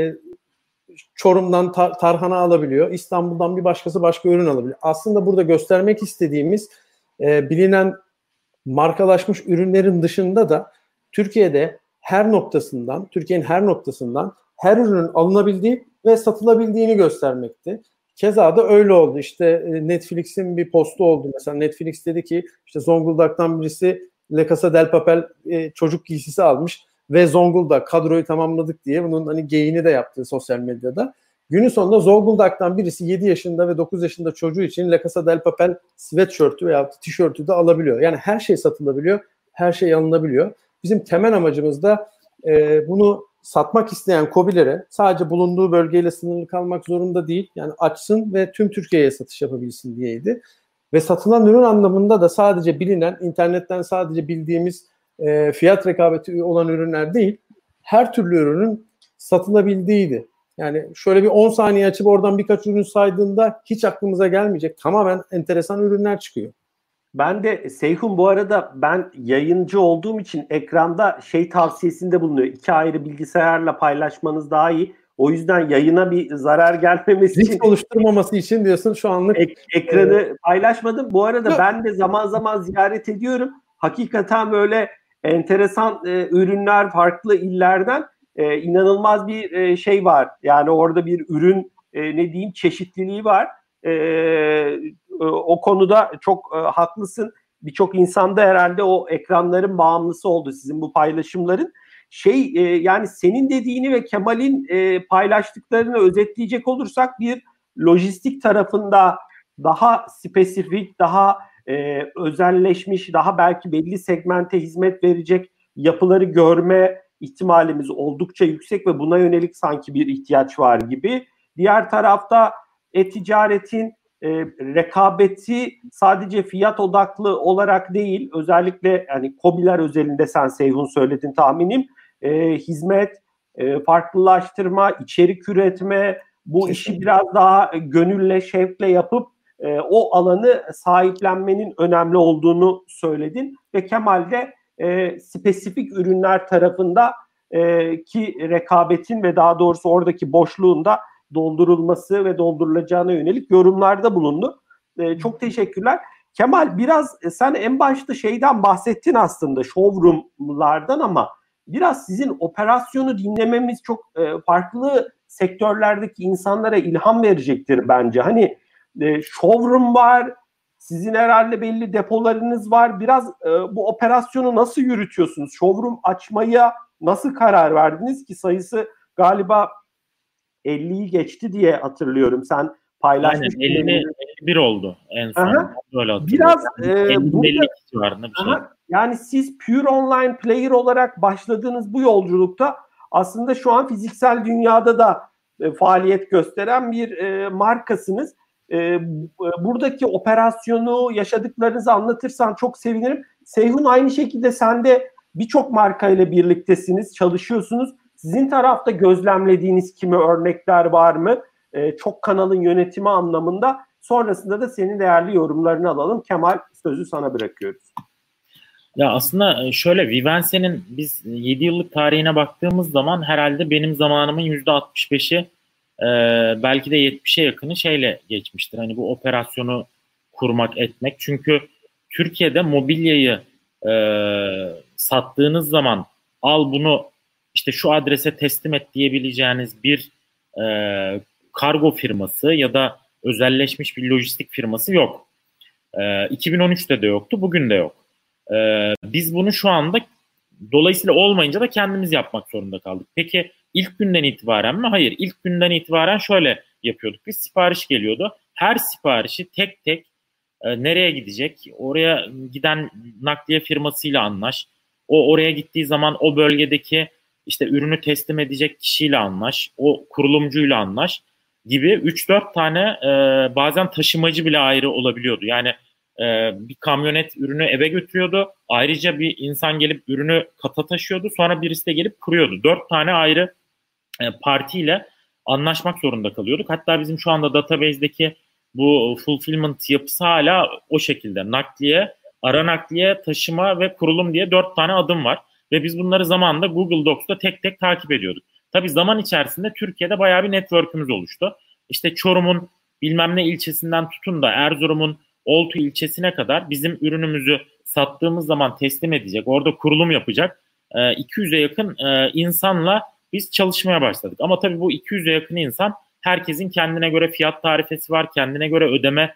Çorum'dan tar- tarhana alabiliyor. İstanbul'dan bir başkası başka ürün alabiliyor. Aslında burada göstermek istediğimiz e, bilinen markalaşmış ürünlerin dışında da Türkiye'de her noktasından, Türkiye'nin her noktasından her ürünün alınabildiği ve satılabildiğini göstermekti. Keza da öyle oldu. İşte Netflix'in bir postu oldu. Mesela Netflix dedi ki işte Zonguldak'tan birisi La Casa del Papel e, çocuk giysisi almış ve Zonguldak kadroyu tamamladık diye bunun hani geyini de yaptı sosyal medyada. Günün sonunda Zonguldak'tan birisi yedi yaşında ve dokuz yaşında çocuğu için La Casa del Papel sweatshirt'ü veya tişörtü de alabiliyor. Yani her şey satılabiliyor, her şey alınabiliyor. Bizim temel amacımız da e, bunu satmak isteyen KOBİ'lere sadece bulunduğu bölgeyle sınırlı kalmak zorunda değil. Yani açsın ve tüm Türkiye'ye satış yapabilsin diyeydi. Ve satılan ürün anlamında da sadece bilinen, internetten sadece bildiğimiz e, fiyat rekabeti olan ürünler değil, her türlü ürünün satılabildiğiydi. Yani şöyle bir on saniye açıp oradan birkaç ürün saydığında hiç aklımıza gelmeyecek tamamen enteresan ürünler çıkıyor. Ben de Seyhun, bu arada ben yayıncı olduğum için ekranda şey tavsiyesinde bulunuyor. İki ayrı bilgisayarla paylaşmanız daha iyi. O yüzden yayına bir zarar gelmemesi Risk için oluşturmaması için diyorsun şu anlık. Ek, ekranı e, paylaşmadım. Bu arada yok, ben de zaman zaman ziyaret ediyorum. Hakikaten böyle enteresan e, ürünler farklı illerden e, inanılmaz bir e, şey var. Yani orada bir ürün e, ne diyeyim çeşitliliği var. E, e, o konuda çok e, haklısın. Birçok insan da herhalde o ekranların bağımlısı oldu sizin bu paylaşımların. Şey e, yani senin dediğini ve Kemal'in e, paylaştıklarını özetleyecek olursak bir lojistik tarafında daha spesifik, daha e, özelleşmiş, daha belki belli segmente hizmet verecek yapıları görme ihtimalimiz oldukça yüksek ve buna yönelik sanki bir ihtiyaç var gibi. Diğer tarafta e-ticaretin e, rekabeti sadece fiyat odaklı olarak değil, özellikle yani KOBİ'ler özelinde sen Seyhun söyledin tahminim, e, hizmet, e, farklılaştırma, içerik üretme, bu Kesinlikle. işi biraz daha gönülle, şevkle yapıp e, o alanı sahiplenmenin önemli olduğunu söyledin ve Kemal de e, spesifik ürünler tarafında e, ki rekabetin ve daha doğrusu oradaki boşluğun da doldurulması ve doldurulacağına yönelik yorumlarda bulundu. E, çok teşekkürler. Kemal, biraz sen en başta şeyden bahsettin aslında, showroomlardan, ama biraz sizin operasyonu dinlememiz çok e, farklı sektörlerdeki insanlara ilham verecektir bence. Hani e, showroom var, sizin herhalde belli depolarınız var. Biraz e, bu operasyonu nasıl yürütüyorsunuz? Showroom açmaya nasıl karar verdiniz ki? Sayısı galiba elliyi geçti diye hatırlıyorum. Sen paylaşmıştın. Aynen, elli, elli bir oldu en son. Böyle biraz e, burada, civarında bir şey. Aha, yani siz pure online player olarak başladığınız bu yolculukta aslında şu an fiziksel dünyada da e, faaliyet gösteren bir e, markasınız. E, buradaki operasyonu, yaşadıklarınızı anlatırsan çok sevinirim. Seyhun, aynı şekilde sen de birçok markayla birliktesiniz, çalışıyorsunuz. Sizin tarafta gözlemlediğiniz kimi örnekler var mı? E, çok kanalın yönetimi anlamında. Sonrasında da senin değerli yorumlarını alalım. Kemal, sözü sana bırakıyoruz. Ya aslında şöyle, Vivense'nin biz yedi yıllık tarihine baktığımız zaman herhalde benim zamanımın yüzde altmış beşi e, belki de yetmişe yakını şeyle geçmiştir. Hani bu operasyonu kurmak, etmek. Çünkü Türkiye'de mobilyayı e, sattığınız zaman al bunu işte şu adrese teslim et diyebileceğiniz bir e, kargo firması ya da özelleşmiş bir lojistik firması yok. E, iki bin on üçte de yoktu, bugün de yok. Ee, biz bunu şu anda dolayısıyla olmayınca da kendimiz yapmak zorunda kaldık. Peki ilk günden itibaren mi? Hayır. İlk günden itibaren şöyle yapıyorduk. Biz sipariş geliyordu. Her siparişi tek tek e, nereye gidecek? Oraya giden nakliye firmasıyla anlaş. O oraya gittiği zaman o bölgedeki işte ürünü teslim edecek kişiyle anlaş. O kurulumcuyla anlaş gibi üç dört tane e, bazen taşımacı bile ayrı olabiliyordu. Yani bir kamyonet ürünü eve götürüyordu. Ayrıca bir insan gelip ürünü kata taşıyordu. Sonra birisi de gelip kuruyordu. Dört tane ayrı partiyle anlaşmak zorunda kalıyorduk. Hatta bizim şu anda database'deki bu fulfillment yapısı hala o şekilde. Nakliye, ara nakliye, taşıma ve kurulum diye dört tane adım var. Ve biz bunları zamanında Google Docs'ta tek tek takip ediyorduk. Tabii zaman içerisinde Türkiye'de bayağı bir network'ümüz oluştu. İşte Çorum'un bilmem ne ilçesinden tutun da Erzurum'un Oltu ilçesine kadar bizim ürünümüzü sattığımız zaman teslim edecek, orada kurulum yapacak iki yüze yakın insanla biz çalışmaya başladık. Ama tabii bu iki yüze yakın insan herkesin kendine göre fiyat tarifesi var, kendine göre ödeme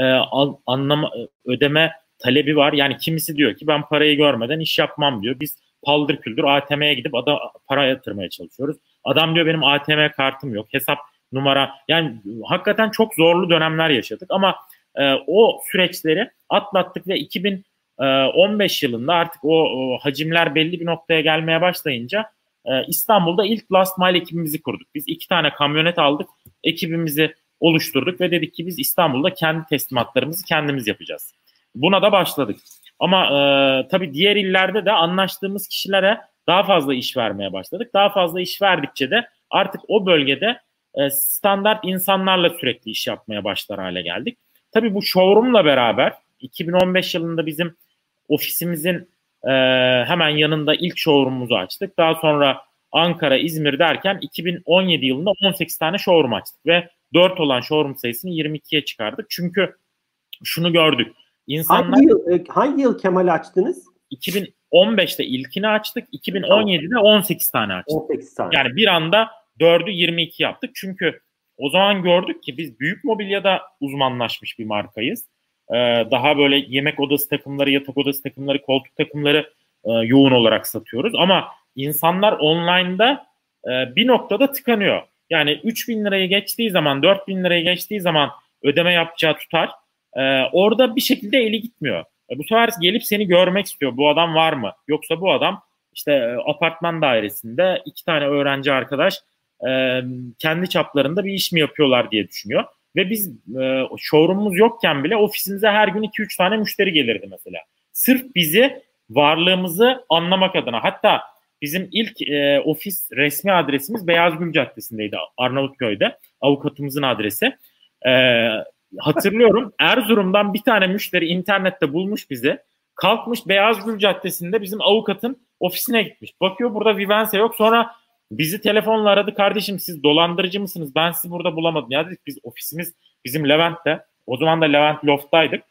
anlama ödeme talebi var. Yani kimisi diyor ki ben parayı görmeden iş yapmam diyor. Biz paldır küldür A T M'ye gidip ada, para yatırmaya çalışıyoruz. Adam diyor benim A T M kartım yok, hesap numara. Yani hakikaten çok zorlu dönemler yaşadık ama e, o süreçleri atlattık ve iki bin on beş yılında artık o, o hacimler belli bir noktaya gelmeye başlayınca e, İstanbul'da ilk Last Mile ekibimizi kurduk. Biz iki tane kamyonet aldık, ekibimizi oluşturduk ve dedik ki biz İstanbul'da kendi teslimatlarımızı kendimiz yapacağız. Buna da başladık. Ama e, tabii diğer illerde de anlaştığımız kişilere daha fazla iş vermeye başladık. Daha fazla iş verdikçe de artık o bölgede e, standart insanlarla sürekli iş yapmaya başlar hale geldik. Tabii bu showroom'la beraber iki bin on beş yılında bizim ofisimizin e, hemen yanında ilk showroom'umuzu açtık. Daha sonra Ankara, İzmir derken iki bin on yedi yılında on sekiz tane showroom açtık ve dört olan showroom sayısını yirmi ikiye çıkardık. Çünkü şunu gördük. İnsanlar, hangi yıl, hangi yıl Kemal açtınız? iki bin on beşte ilkini açtık. iki bin on yedide on sekiz tane açtık. on sekiz tane. Yani bir anda dördü yirmi iki yaptık. Çünkü o zaman gördük ki biz büyük mobilyada uzmanlaşmış bir markayız. Ee, daha böyle yemek odası takımları, yatak odası takımları, koltuk takımları e, yoğun olarak satıyoruz. Ama insanlar online'da e, bir noktada tıkanıyor. Yani üç bin lirayı geçtiği zaman, dört bin lirayı geçtiği zaman ödeme yapacağı tutar. Ee, orada bir şekilde eli gitmiyor. E, bu sefer gelip seni görmek istiyor. Bu adam var mı? Yoksa bu adam işte e, apartman dairesinde iki tane öğrenci arkadaş e, kendi çaplarında bir iş mi yapıyorlar diye düşünüyor. Ve biz e, showroom'umuz yokken bile ofisimize her gün iki üç tane müşteri gelirdi mesela. Sırf bizi, varlığımızı anlamak adına. Hatta bizim ilk e, ofis resmi adresimiz Beyazgül Caddesi'ndeydi, Arnavutköy'de. Avukatımızın adresi. E, hatırlıyorum, Erzurum'dan bir tane müşteri internette bulmuş bizi. Kalkmış Beyazgül Caddesi'nde bizim avukatın ofisine gitmiş. Bakıyor burada Vivence yok. Sonra bizi telefonla aradı. Kardeşim siz dolandırıcı mısınız? Ben sizi burada bulamadım. Ya dedik biz ofisimiz bizim Levent'te. O zaman da Levent Loft'taydık.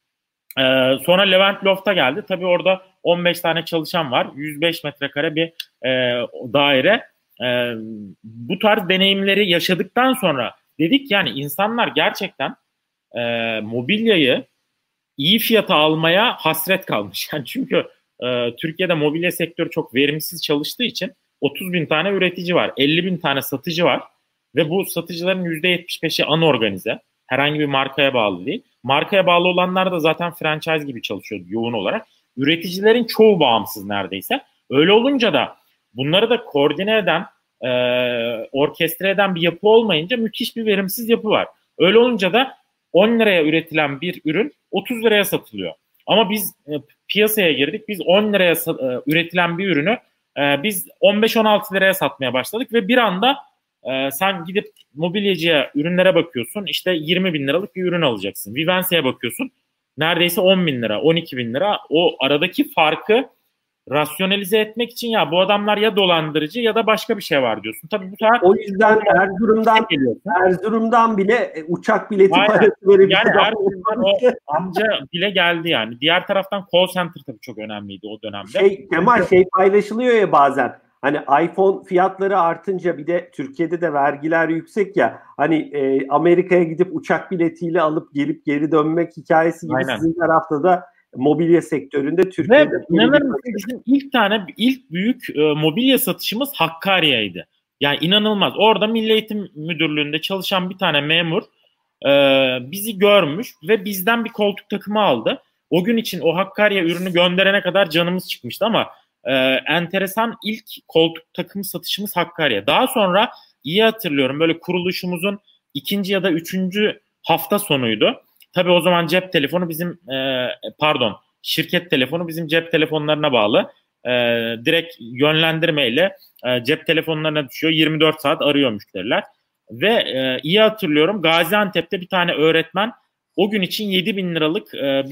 Ee, sonra Levent Loft'a geldi. Tabii orada on beş tane çalışan var. yüz beş metrekare bir e, daire. E, bu tarz deneyimleri yaşadıktan sonra dedik yani insanlar gerçekten e, mobilyayı iyi fiyata almaya hasret kalmış. Yani çünkü e, Türkiye'de mobilya sektörü çok verimsiz çalıştığı için otuz bin tane üretici var, elli bin tane satıcı var ve bu satıcıların yüzde yetmiş beşi anorganize. Herhangi bir markaya bağlı değil. Markaya bağlı olanlar da zaten franchise gibi çalışıyor yoğun olarak. Üreticilerin çoğu bağımsız neredeyse. Öyle olunca da bunları da koordine eden, e, orkestre eden bir yapı olmayınca müthiş bir verimsiz yapı var. Öyle olunca da on liraya üretilen bir ürün otuz liraya satılıyor. Ama biz e, piyasaya girdik. Biz on liraya e, üretilen bir ürünü e, biz on beş on altı liraya satmaya başladık ve bir anda e, sen gidip mobilyacıya ürünlere bakıyorsun. İşte yirmi bin liralık bir ürün alacaksın. Vivense'ye bakıyorsun. Neredeyse on bin lira, on iki bin lira. O aradaki farkı rasyonalize etmek için ya bu adamlar ya dolandırıcı ya da başka bir şey var diyorsun. Tabii bu sefer o yüzden Erzurum'dan Erzurum'dan bile uçak bileti Aynen. parası verip yani Erzurum'dan o amca bile geldi yani. Diğer taraftan call center tabii çok önemliydi o dönemde. Şey, Kemal şey paylaşılıyor ya bazen. Hani iPhone fiyatları artınca bir de Türkiye'de de vergiler yüksek ya. Hani e, Amerika'ya gidip uçak biletiyle alıp gelip geri dönmek hikayesi gibi Aynen. sizin tarafta da mobilya sektöründe Türkiye'de. Ve inanır mısın bizim ilk tane ilk büyük e, mobilya satışımız Hakkari'ydi. Yani inanılmaz. Orada Milli Eğitim Müdürlüğü'nde çalışan bir tane memur e, bizi görmüş ve bizden bir koltuk takımı aldı. O gün için o Hakkari'ye ürünü gönderene kadar canımız çıkmıştı ama e, enteresan ilk koltuk takımı satışımız Hakkari'ye. Daha sonra iyi hatırlıyorum böyle kuruluşumuzun ikinci ya da üçüncü hafta sonuydu. Tabii o zaman cep telefonu bizim e, pardon şirket telefonu bizim cep telefonlarına bağlı. E, direkt yönlendirmeyle e, cep telefonlarına düşüyor. yirmi dört saat arıyor müşteriler. Ve e, iyi hatırlıyorum Gaziantep'te bir tane öğretmen o gün için yedi bin liralık e, bir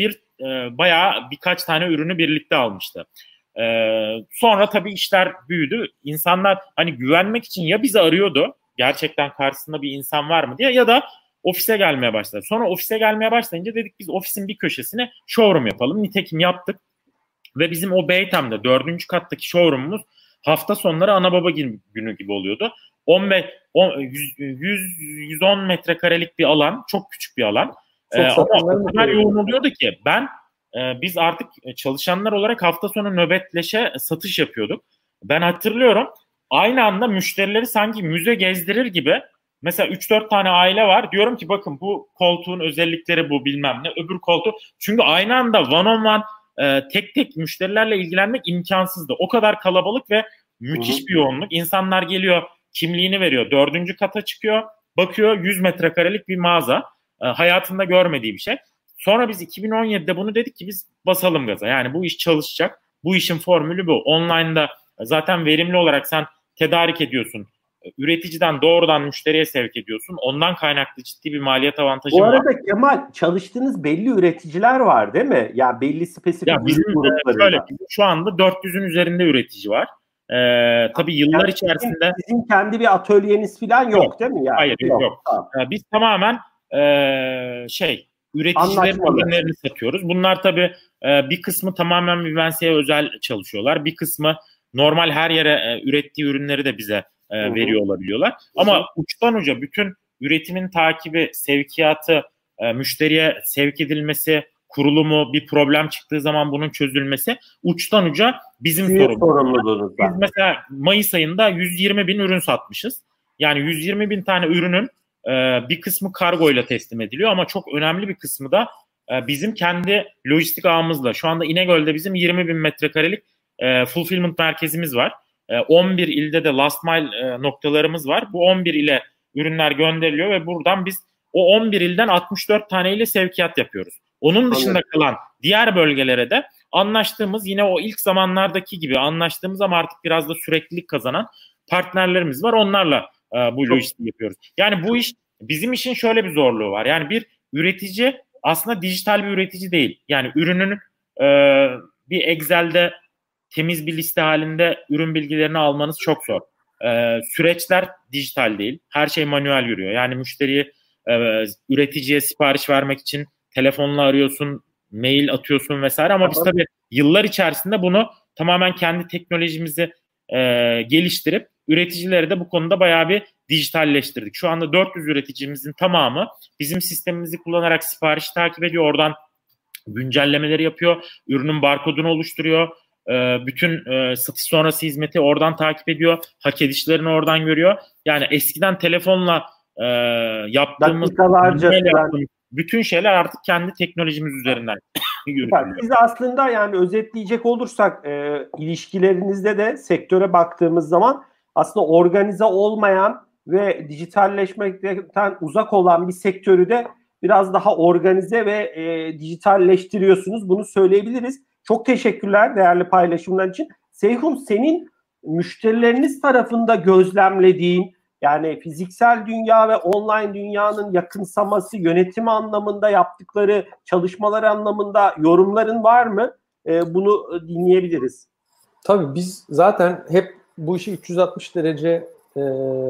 e, bayağı birkaç tane ürünü birlikte almıştı. E, sonra tabii işler büyüdü. İnsanlar hani güvenmek için ya bizi arıyordu, gerçekten karşısında bir insan var mı diye, ya da ofise gelmeye başladı. Sonra ofise gelmeye başlayınca dedik biz ofisin bir köşesine showroom yapalım. Nitekim yaptık. Ve bizim o Beytem'de dördüncü kattaki showroom'umuz hafta sonları ana baba günü gibi oluyordu. on beş, yüz, yüz on metrekarelik bir alan, çok küçük bir alan. Ee, ama o kadar yoğun oluyordu ki ben e, biz artık çalışanlar olarak hafta sonu nöbetleşe satış yapıyorduk. Ben hatırlıyorum, aynı anda müşterileri sanki müze gezdirir gibi, mesela üç dört tane aile var. Diyorum ki bakın bu koltuğun özellikleri bu, bilmem ne. Öbür koltuğu. Çünkü aynı anda one on one e, tek tek müşterilerle ilgilenmek imkansızdı. O kadar kalabalık ve müthiş Hı-hı. bir yoğunluk. İnsanlar geliyor, kimliğini veriyor. Dördüncü kata çıkıyor. Bakıyor yüz metrekarelik bir mağaza. E, hayatında görmediği bir şey. Sonra biz iki bin on yedide bunu dedik ki biz basalım gaza. Yani bu iş çalışacak. Bu işin formülü bu. Online'da zaten verimli olarak sen tedarik ediyorsun. Üreticiden doğrudan müşteriye sevk ediyorsun. Ondan kaynaklı ciddi bir maliyet avantajı var. Bu arada var. Kemal, çalıştığınız belli üreticiler var değil mi? Ya yani belli spesifik ya bizim gruplarında. Şöyle, şu anda dört yüzün üzerinde üretici var. Ee, tabii yıllar yani içerisinde... Sizin, sizin kendi bir atölyeniz falan yok, yok değil mi? Yani? Hayır yok. yok. Tamam. Ee, biz tamamen e, şey üreticilerin ürünlerini satıyoruz. Bunlar tabii e, bir kısmı tamamen Vivense'ye özel çalışıyorlar. Bir kısmı normal her yere e, ürettiği ürünleri de bize e, veriyor olabiliyorlar. Hı-hı. Ama uçtan uca bütün üretimin takibi, sevkiyatı, e, müşteriye sevk edilmesi, kurulumu, bir problem çıktığı zaman bunun çözülmesi uçtan uca bizim sorumluluğumuz. Biz mesela Mayıs ayında yüz yirmi bin ürün satmışız. Yani yüz yirmi bin tane ürünün e, bir kısmı kargoyla teslim ediliyor ama çok önemli bir kısmı da e, bizim kendi lojistik ağımızla. Şu anda İnegöl'de bizim yirmi bin metrekarelik e, fulfillment merkezimiz var. E, on bir ilde de last mile e, noktalarımız var. Bu on bir ile ürünler gönderiliyor ve buradan biz o on bir ilden altmış dört taneyle sevkiyat yapıyoruz. Onun dışında Anladım. kalan diğer bölgelere de anlaştığımız, yine o ilk zamanlardaki gibi anlaştığımız ama artık biraz da süreklilik kazanan partnerlerimiz var. Onlarla e, bu lojistiği yapıyoruz. Yani bu iş, bizim işin şöyle bir zorluğu var. Yani bir üretici aslında dijital bir üretici değil. Yani ürünün e, bir Excel'de temiz bir liste halinde ürün bilgilerini almanız çok zor. E, süreçler dijital değil. Her şey manuel yürüyor. Yani müşteriyi e, üreticiye sipariş vermek için telefonla arıyorsun, mail atıyorsun vesaire ama biz tabii yıllar içerisinde bunu tamamen kendi teknolojimizi e, geliştirip üreticileri de bu konuda bayağı bir dijitalleştirdik. Şu anda dört yüz üreticimizin tamamı bizim sistemimizi kullanarak siparişi takip ediyor. Oradan güncellemeleri yapıyor. Ürünün barkodunu oluştururuyor. E, bütün e, satış sonrası hizmeti oradan takip ediyor. Hak edişlerini oradan görüyor. Yani eskiden telefonla e, yaptığımız, yaptığımız bütün şeyler artık kendi teknolojimiz üzerinden yürütülüyor. Biz aslında yani özetleyecek olursak e, ilişkilerinizde de sektöre baktığımız zaman aslında organize olmayan ve dijitalleşmekten uzak olan bir sektörü de biraz daha organize ve e, dijitalleştiriyorsunuz. Bunu söyleyebiliriz. Çok teşekkürler değerli paylaşımlar için. Seyhun, senin müşterileriniz tarafında gözlemlediğin, yani fiziksel dünya ve online dünyanın yakınsaması, yönetimi anlamında yaptıkları çalışmalar anlamında yorumların var mı? Ee, bunu dinleyebiliriz. Tabii biz zaten hep bu işi üç yüz altmış derece e,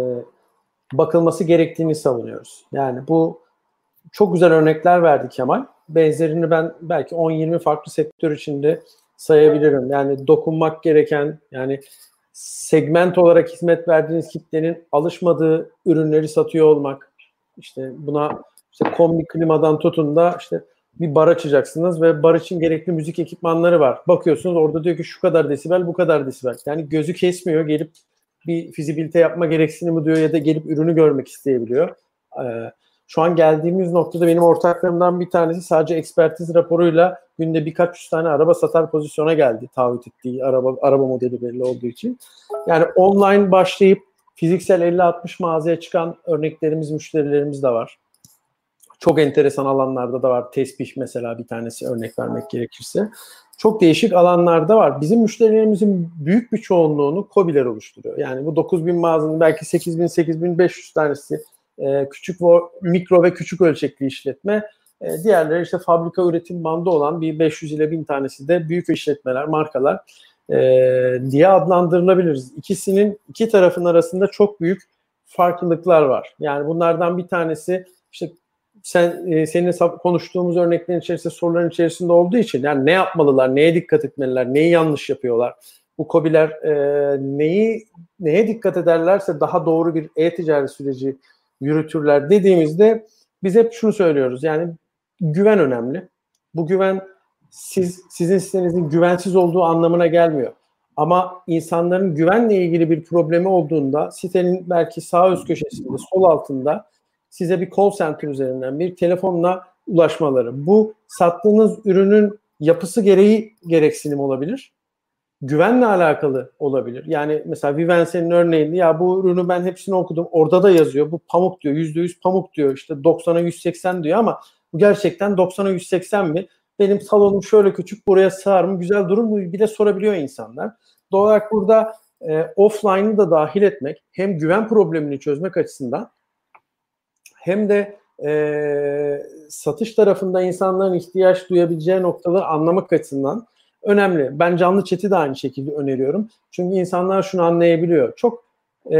bakılması gerektiğini savunuyoruz. Yani bu çok güzel örnekler verdi Kemal. Benzerini ben belki on yirmi farklı sektör içinde sayabilirim. Yani dokunmak gereken, yani segment olarak hizmet verdiğiniz kitlenin alışmadığı ürünleri satıyor olmak. İşte buna işte kombi klimadan tutun da işte bir bar açacaksınız ve bar için gerekli müzik ekipmanları var. Bakıyorsunuz orada diyor ki şu kadar desibel, bu kadar desibel. Yani gözü kesmiyor, gelip bir fizibilite yapma gereksinimi duyuyor ya da gelip ürünü görmek isteyebiliyor. Ee, şu an geldiğimiz noktada benim ortaklarımdan bir tanesi sadece ekspertiz raporuyla günde birkaç yüz tane araba satar pozisyona geldi. Taahhüt ettiği araba araba modeli belli olduğu için. Yani online başlayıp fiziksel elli altmış mağazaya çıkan örneklerimiz, müşterilerimiz de var. Çok enteresan alanlarda da var. Tesbih mesela bir tanesi, örnek vermek gerekirse. Çok değişik alanlarda var. Bizim müşterilerimizin büyük bir çoğunluğunu KOBİ'ler oluşturuyor. Yani bu dokuz bin mağazanın belki sekiz bin sekiz bin beş yüz tanesi e, küçük ve mikro ve küçük ölçekli işletme. E, diğerleri işte fabrika üretim bandı olan bir beş yüz ile bin tanesi de büyük işletmeler, markalar e, diye adlandırılabiliriz. İkisinin, iki tarafın arasında çok büyük farklılıklar var. Yani bunlardan bir tanesi işte sen e, seninle konuştuğumuz örneklerin içerisinde, soruların içerisinde olduğu için yani ne yapmalılar, neye dikkat etmeliler, neyi yanlış yapıyorlar? Bu KOBİ'ler e, neyi neye dikkat ederlerse daha doğru bir e-ticaret süreci yürütürler dediğimizde biz hep şunu söylüyoruz. Yani güven önemli. Bu güven siz sizin sitenizin güvensiz olduğu anlamına gelmiyor. Ama insanların güvenle ilgili bir problemi olduğunda sitenin belki sağ üst köşesinde, sol altında size bir call center üzerinden bir telefonla ulaşmaları. Bu sattığınız ürünün yapısı gereği gereksinim olabilir. Güvenle alakalı olabilir. Yani mesela Vivense'nin örneğinde ya bu ürünü ben hepsini okudum. Orada da yazıyor. Bu pamuk diyor. yüzde yüz pamuk diyor. İşte doksana yüz seksen diyor ama bu gerçekten doksana yüz seksen mi? Benim salonum şöyle küçük, buraya sığar mı? Güzel durur mu? Bir de sorabiliyor insanlar. Doğal olarak burada e, offline'ı da dahil etmek hem güven problemini çözmek açısından hem de e, satış tarafında insanların ihtiyaç duyabileceği noktaları anlamak açısından önemli. Ben canlı chat'i de aynı şekilde öneriyorum. Çünkü insanlar şunu anlayabiliyor. Çok e,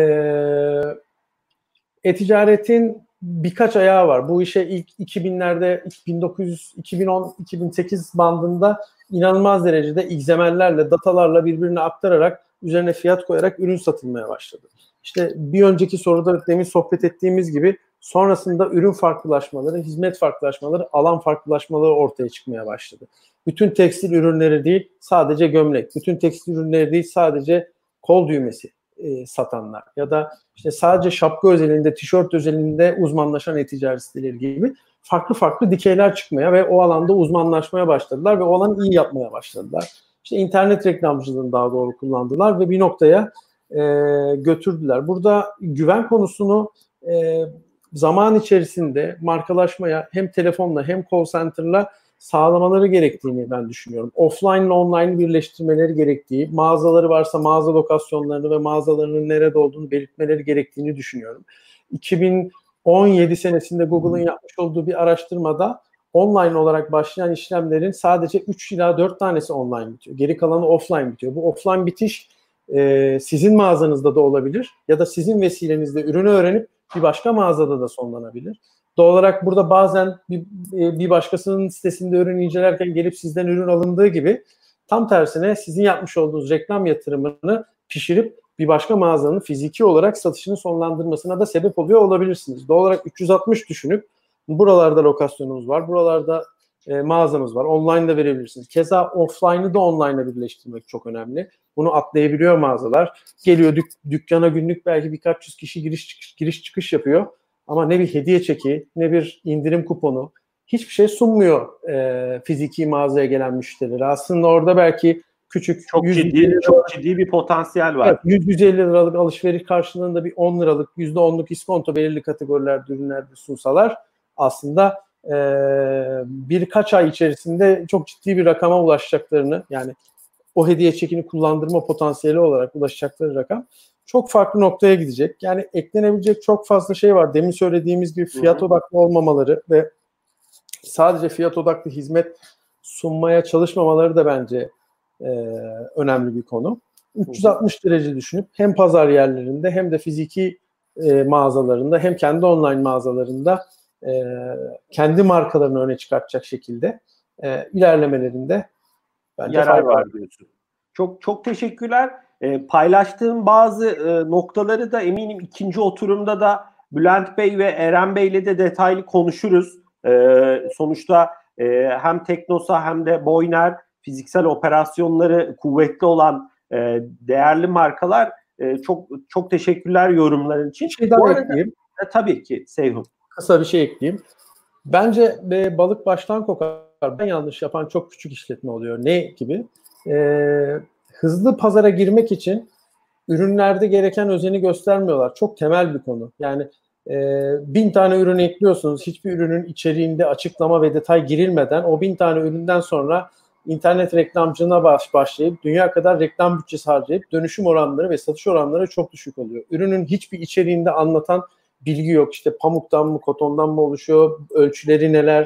e-ticaretin birkaç ayağı var. Bu işe ilk iki binlerde, bin dokuz yüz, iki bin on, iki bin sekiz bandında inanılmaz derecede X M L'lerle, datalarla birbirine aktararak, üzerine fiyat koyarak ürün satılmaya başladı. İşte bir önceki soruda demin sohbet ettiğimiz gibi sonrasında ürün farklılaşmaları, hizmet farklılaşmaları, alan farklılaşmaları ortaya çıkmaya başladı. Bütün tekstil ürünleri değil, sadece gömlek. Bütün tekstil ürünleri değil, sadece kol düğmesi e, satanlar. Ya da işte sadece şapka özelinde, tişört özelinde uzmanlaşan e-ticaret siteleri gibi farklı farklı dikeyler çıkmaya ve o alanda uzmanlaşmaya başladılar ve o alanı iyi yapmaya başladılar. İşte internet reklamcılığını daha doğru kullandılar ve bir noktaya e, götürdüler. Burada güven konusunu e, zaman içerisinde markalaşmaya hem telefonla hem call center'la sağlamaları gerektiğini ben düşünüyorum. Offline ile online birleştirmeleri gerektiği, mağazaları varsa mağaza lokasyonlarını ve mağazalarının nerede olduğunu belirtmeleri gerektiğini düşünüyorum. iki bin on yedi senesinde Google'ın yapmış olduğu bir araştırmada online olarak başlayan işlemlerin sadece üç ila dört tanesi online bitiyor. Geri kalanı offline bitiyor. Bu offline bitiş e, sizin mağazanızda da olabilir ya da sizin vesilenizle ürünü öğrenip bir başka mağazada da sonlanabilir. Doğal olarak burada bazen bir, bir başkasının sitesinde ürün incelerken gelip sizden ürün alındığı gibi tam tersine sizin yapmış olduğunuz reklam yatırımını pişirip bir başka mağazanın fiziki olarak satışını sonlandırmasına da sebep oluyor olabilirsiniz. Doğal olarak üç yüz altmış düşünüp buralarda lokasyonumuz var, buralarda e, mağazamız var. Online da verebilirsiniz. Keza offline'ı da online'la birleştirmek çok önemli. Bunu atlayabiliyor mağazalar. Geliyor dük- dükkana günlük belki birkaç yüz kişi giriş çıkış, giriş çıkış yapıyor. Ama ne bir hediye çeki, ne bir indirim kuponu, hiçbir şey sunmuyor e, fiziki mağazaya gelen müşterilere. Aslında orada belki küçük çok yüz, ciddi çok ciddi bir potansiyel var. Evet, yüz yüz elli liralık alışveriş karşılığında bir on liralık, yüzde onluk iskonto belirli kategorilerde ürünlerde sunsalar aslında e, birkaç ay içerisinde çok ciddi bir rakama ulaşacaklarını, yani o hediye çekini kullandırma potansiyeli olarak ulaşacakları rakam çok farklı noktaya gidecek. Yani eklenebilecek çok fazla şey var. Demin söylediğimiz gibi fiyat Hı-hı. odaklı olmamaları ve sadece fiyat odaklı hizmet sunmaya çalışmamaları da bence e, önemli bir konu. üç yüz altmış Hı-hı. derece düşünüp hem pazar yerlerinde hem de fiziki e, mağazalarında hem kendi online mağazalarında e, kendi markalarını öne çıkartacak şekilde e, ilerlemelerinde bence yarar var diyorsun. Çok çok teşekkürler. E, paylaştığım bazı e, noktaları da eminim ikinci oturumda da Bülent Bey ve Eren Bey ile de detaylı konuşuruz. E, sonuçta e, hem Teknosa hem de Boyner fiziksel operasyonları kuvvetli olan e, değerli markalar. E, çok çok teşekkürler yorumların için. Bir şey daha arada, ekleyeyim. E, tabii ki Seyhun. Kısa bir şey ekleyeyim. Bence e, balık baştan kokar. Ben yanlış yapan çok küçük işletme oluyor. Ne gibi? Eee Hızlı pazara girmek için ürünlerde gereken özeni göstermiyorlar. Çok temel bir konu. Yani e, bin tane ürün ekliyorsunuz. Hiçbir ürünün içeriğinde açıklama ve detay girilmeden o bin tane üründen sonra internet reklamcılığına baş, başlayıp dünya kadar reklam bütçesi harcayıp dönüşüm oranları ve satış oranları çok düşük oluyor. Ürünün hiçbir içeriğinde anlatan bilgi yok. İşte pamuktan mı, kotondan mı oluşuyor, ölçüleri neler,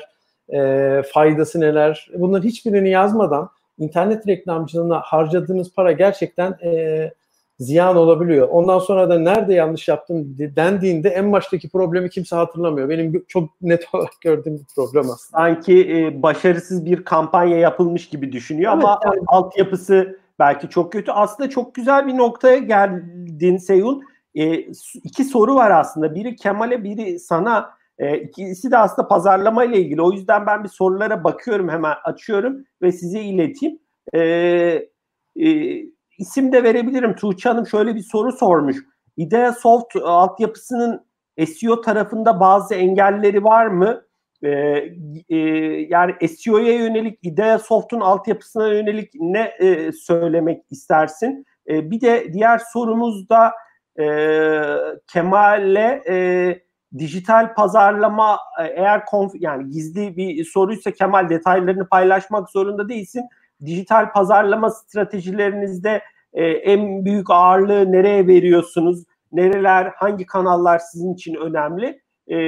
e, faydası neler? Bunların hiçbirini yazmadan internet reklamcılığına harcadığınız para gerçekten e, ziyan olabiliyor. Ondan sonra da nerede yanlış yaptım dendiğinde en baştaki problemi kimse hatırlamıyor. Benim çok net olarak gördüğüm bir problem aslında. Sanki e, başarısız bir kampanya yapılmış gibi düşünüyor, evet, ama yani altyapısı belki çok kötü. Aslında çok güzel bir noktaya geldin Seyhun. E, iki soru var aslında. Biri Kemal'e, biri sana. E, ikisi de aslında pazarlama ile ilgili. O yüzden ben bir sorulara bakıyorum, hemen açıyorum ve size ileteyim. E, e, isim de verebilirim. Tuğçe Hanım şöyle bir soru sormuş. Ideasoft altyapısının S E O tarafında bazı engelleri var mı? Ee, e, yani S E O'ya yönelik, Ideasoft'un altyapısına yönelik ne e, söylemek istersin? E, bir de diğer sorumuz da e, Kemal'le e, dijital pazarlama, eğer konf- yani gizli bir soruysa Kemal detaylarını paylaşmak zorunda değilsin. Dijital pazarlama stratejilerinizde e, en büyük ağırlığı nereye veriyorsunuz? Nereler, hangi kanallar sizin için önemli? E,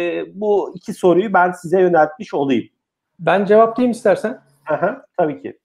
bu iki soruyu ben size yöneltmiş olayım. Ben cevaplayayım istersen. Aha, tabii ki.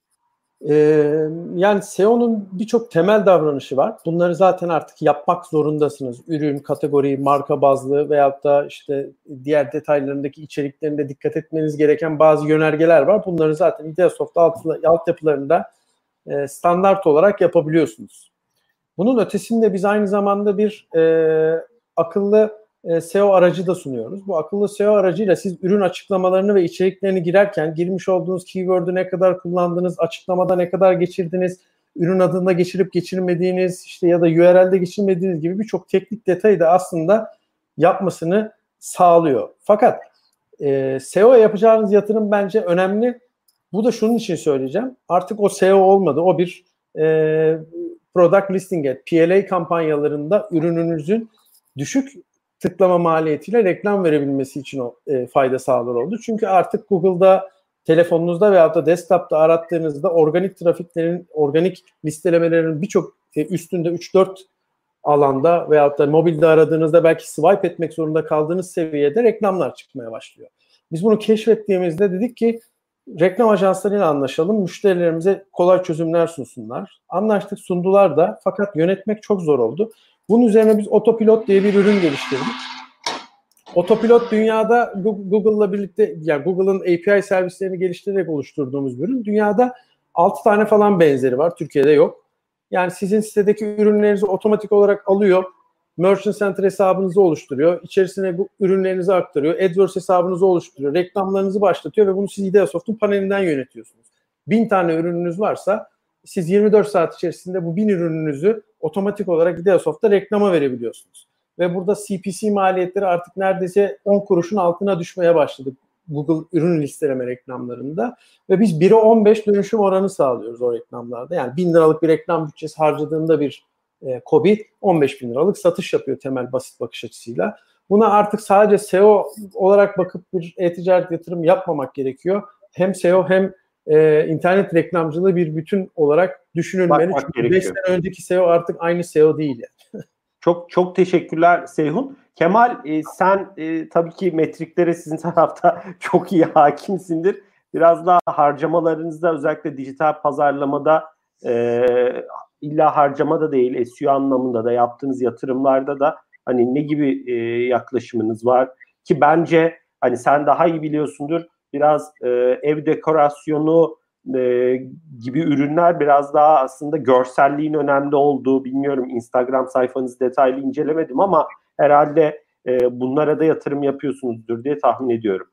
Ee, yani S E O'nun birçok temel davranışı var. Bunları zaten artık yapmak zorundasınız. Ürün, kategori, marka bazlı veyahut da işte diğer detaylarındaki içeriklerinde dikkat etmeniz gereken bazı yönergeler var. Bunları zaten Ideasoft altyapılarında e, standart olarak yapabiliyorsunuz. Bunun ötesinde biz aynı zamanda bir e, akıllı e, S E O aracı da sunuyoruz. Bu akıllı S E O aracıyla siz ürün açıklamalarını ve içeriklerini girerken girmiş olduğunuz keyword'ü ne kadar kullandınız, açıklamada ne kadar geçirdiniz, ürün adında geçirip geçirmediğiniz işte ya da U R L'de geçirmediğiniz gibi birçok teknik detayı da aslında yapmasını sağlıyor. Fakat e, S E O'ya yapacağınız yatırım bence önemli. Bu da şunun için söyleyeceğim. Artık o S E O olmadı. O bir e, Product Listing Ad, P L A kampanyalarında ürününüzün düşük tıklama maliyetiyle reklam verebilmesi için o e, fayda sağlar oldu. Çünkü artık Google'da, telefonunuzda veyahut da desktop'ta arattığınızda organik trafiklerin, organik listelemelerinin birçok e, üstünde üç dört alanda veyahut da mobilde aradığınızda belki swipe etmek zorunda kaldığınız seviyede reklamlar çıkmaya başlıyor. Biz bunu keşfettiğimizde dedik ki reklam ajanslarıyla anlaşalım, müşterilerimize kolay çözümler sunsunlar. Anlaştık, sundular da, fakat yönetmek çok zor oldu. Bunun üzerine biz Autopilot diye bir ürün geliştirdik. Autopilot dünyada Google'la birlikte, yani Google'ın A P I servislerini geliştirerek oluşturduğumuz bir ürün. Dünyada altı tane falan benzeri var, Türkiye'de yok. Yani sizin sitedeki ürünlerinizi otomatik olarak alıyor, Merchant Center hesabınızı oluşturuyor, içerisine bu ürünlerinizi aktarıyor, AdWords hesabınızı oluşturuyor, reklamlarınızı başlatıyor ve bunu siz Ideasoft'un panelinden yönetiyorsunuz. Bin tane ürününüz varsa siz yirmi dört saat içerisinde bu bin ürününüzü otomatik olarak Ideasoft'ta reklama verebiliyorsunuz. Ve burada C P C maliyetleri artık neredeyse on kuruşun altına düşmeye başladı Google ürün listeleme reklamlarında. Ve biz bire on beş dönüşüm oranı sağlıyoruz o reklamlarda. Yani bin liralık bir reklam bütçesi harcadığında bir e, KOBİ on beş bin liralık satış yapıyor temel basit bakış açısıyla. Buna artık sadece S E O olarak bakıp bir e-ticaret yatırım yapmamak gerekiyor. Hem S E O hem e, internet reklamcılığı bir bütün olarak düşünülmeli. Bakmak Çünkü beş sene önceki S E O artık aynı S E O değil. Yani. Çok çok teşekkürler Seyhun. Kemal, e, sen e, tabii ki metriklere sizin tarafta çok iyi hakimsindir. Biraz daha harcamalarınızda, özellikle dijital pazarlamada, e, illa harcamada değil, S E O anlamında da yaptığınız yatırımlarda da hani ne gibi e, yaklaşımınız var? Ki bence hani sen daha iyi biliyorsundur, biraz e, ev dekorasyonu e, gibi ürünler biraz daha aslında görselliğin önemli olduğu, bilmiyorum, Instagram sayfanızı detaylı incelemedim ama herhalde e, bunlara da yatırım yapıyorsunuzdur diye tahmin ediyorum.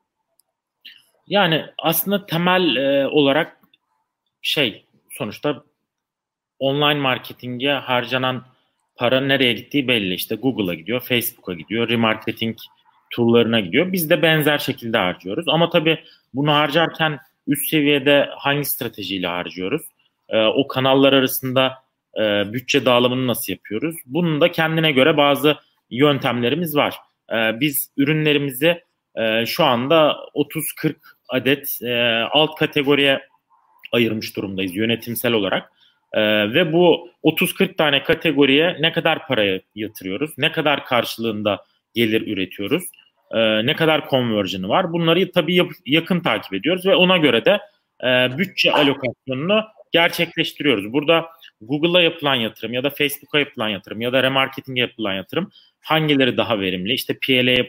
Yani aslında temel e, olarak şey, sonuçta online marketinge harcanan para nereye gittiği belli. İşte Google'a gidiyor, Facebook'a gidiyor, remarketing tool'larına gidiyor. Biz de benzer şekilde harcıyoruz. Ama tabii bunu harcarken üst seviyede hangi stratejiyle harcıyoruz? Ee, o kanallar arasında e, bütçe dağılımını nasıl yapıyoruz? Bunun da kendine göre bazı yöntemlerimiz var. Ee, biz ürünlerimizi e, şu anda otuz kırk adet e, alt kategoriye ayırmış durumdayız yönetimsel olarak. Ee, ve bu otuz kırk tane kategoriye ne kadar paraya yatırıyoruz, ne kadar karşılığında gelir üretiyoruz, e, ne kadar conversion'ı var. Bunları tabii yap- yakın takip ediyoruz ve ona göre de e, bütçe alokasyonunu gerçekleştiriyoruz. Burada Google'a yapılan yatırım ya da Facebook'a yapılan yatırım ya da remarketing'e yapılan yatırım hangileri daha verimli? İşte P L A,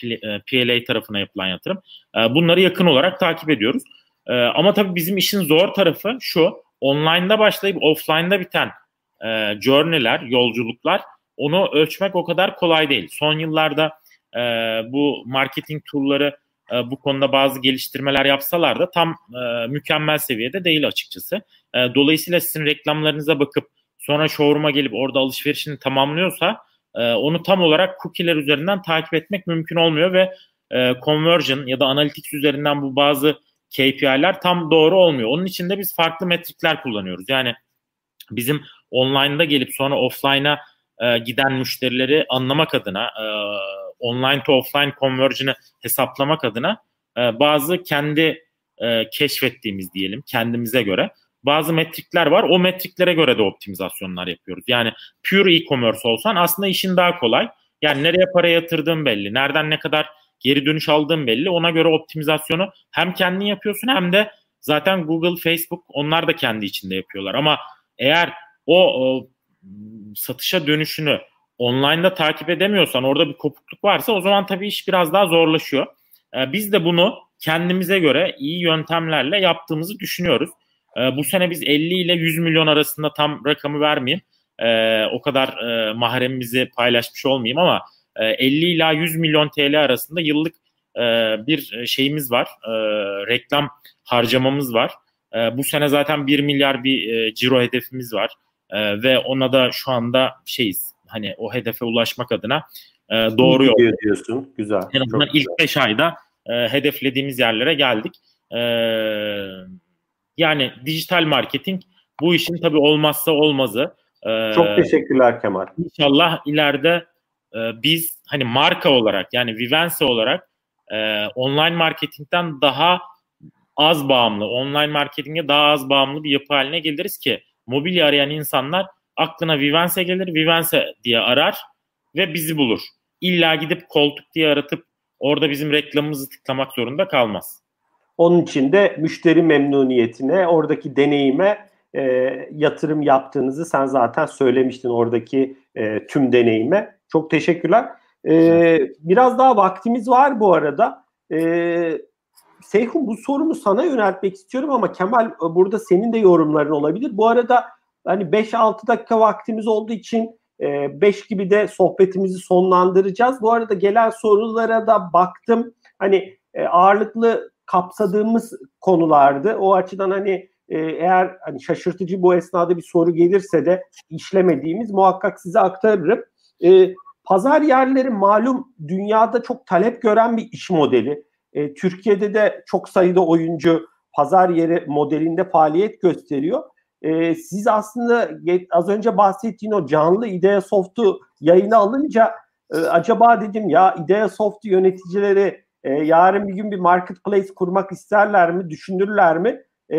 P L A tarafına yapılan yatırım. E, bunları yakın olarak takip ediyoruz. E, ama tabii bizim işin zor tarafı şu: online'da başlayıp offline'da biten e, journey'ler, yolculuklar, onu ölçmek o kadar kolay değil. Son yıllarda e, bu marketing tool'ları e, bu konuda bazı geliştirmeler yapsalar da tam e, mükemmel seviyede değil açıkçası. E, dolayısıyla sizin reklamlarınıza bakıp sonra showroom'a gelip orada alışverişini tamamlıyorsa e, onu tam olarak cookie'ler üzerinden takip etmek mümkün olmuyor ve e, conversion ya da analytics üzerinden bu bazı K P I'ler tam doğru olmuyor. Onun için de biz farklı metrikler kullanıyoruz. Yani bizim online'da gelip sonra offline'a e, giden müşterileri anlamak adına, e, online to offline conversion'ı hesaplamak adına e, bazı kendi e, keşfettiğimiz diyelim kendimize göre bazı metrikler var. O metriklere göre de optimizasyonlar yapıyoruz. Yani pure e-commerce olsan aslında işin daha kolay. Yani nereye para yatırdığın belli, nereden ne kadar geri dönüş aldığın belli. Ona göre optimizasyonu hem kendin yapıyorsun hem de zaten Google, Facebook onlar da kendi içinde yapıyorlar. Ama eğer o, o satışa dönüşünü online'da takip edemiyorsan, orada bir kopukluk varsa o zaman tabii iş biraz daha zorlaşıyor. Ee, biz de bunu kendimize göre iyi yöntemlerle yaptığımızı düşünüyoruz. Ee, bu sene biz elli ile yüz milyon arasında, tam rakamı vermeyeyim, ee, o kadar e, mahremimizi paylaşmış olmayayım ama e, elli ila yüz milyon T L arasında yıllık e, bir şeyimiz var, e, reklam harcamamız var. E, bu sene zaten bir milyar bir e, ciro hedefimiz var. Ee, ve ona da şu anda şeyiz, hani o hedefe ulaşmak adına e, doğru yol diyorsun. Güzel. En azından ilk beş ayda e, hedeflediğimiz yerlere geldik. E, yani dijital marketing bu işin tabii olmazsa olmazı. E, Çok teşekkürler Kemal. İnşallah ileride e, biz hani marka olarak, yani Vivence olarak e, online marketingten daha az bağımlı, online marketinge daha az bağımlı bir yapı haline geliriz ki mobilya arayan insanlar aklına Vivence gelir, Vivence diye arar ve bizi bulur. İlla gidip koltuk diye aratıp orada bizim reklamımızı tıklamak zorunda kalmaz. Onun için de müşteri memnuniyetine, oradaki deneyime e, yatırım yaptığınızı sen zaten söylemiştin, oradaki e, tüm deneyime. Çok teşekkürler. E, biraz daha vaktimiz var bu arada. E, Seyhun, bu sorumu sana yöneltmek istiyorum ama Kemal, burada senin de yorumların olabilir. Bu arada hani beş altı dakika vaktimiz olduğu için beş gibi de sohbetimizi sonlandıracağız. Bu arada gelen sorulara da baktım. Hani ağırlıklı kapsadığımız konulardı. O açıdan hani eğer hani şaşırtıcı bu esnada bir soru gelirse de işlemediğimiz muhakkak size aktarırım. Pazar yerleri malum dünyada çok talep gören bir iş modeli. E, Türkiye'de de çok sayıda oyuncu pazar yeri modelinde faaliyet gösteriyor. E, siz aslında az önce bahsettiğin o canlı Ideasoft'u yayına alınca e, acaba dedim ya, Ideasoft yöneticileri e, yarın bir gün bir marketplace kurmak isterler mi, düşünürler mi? E,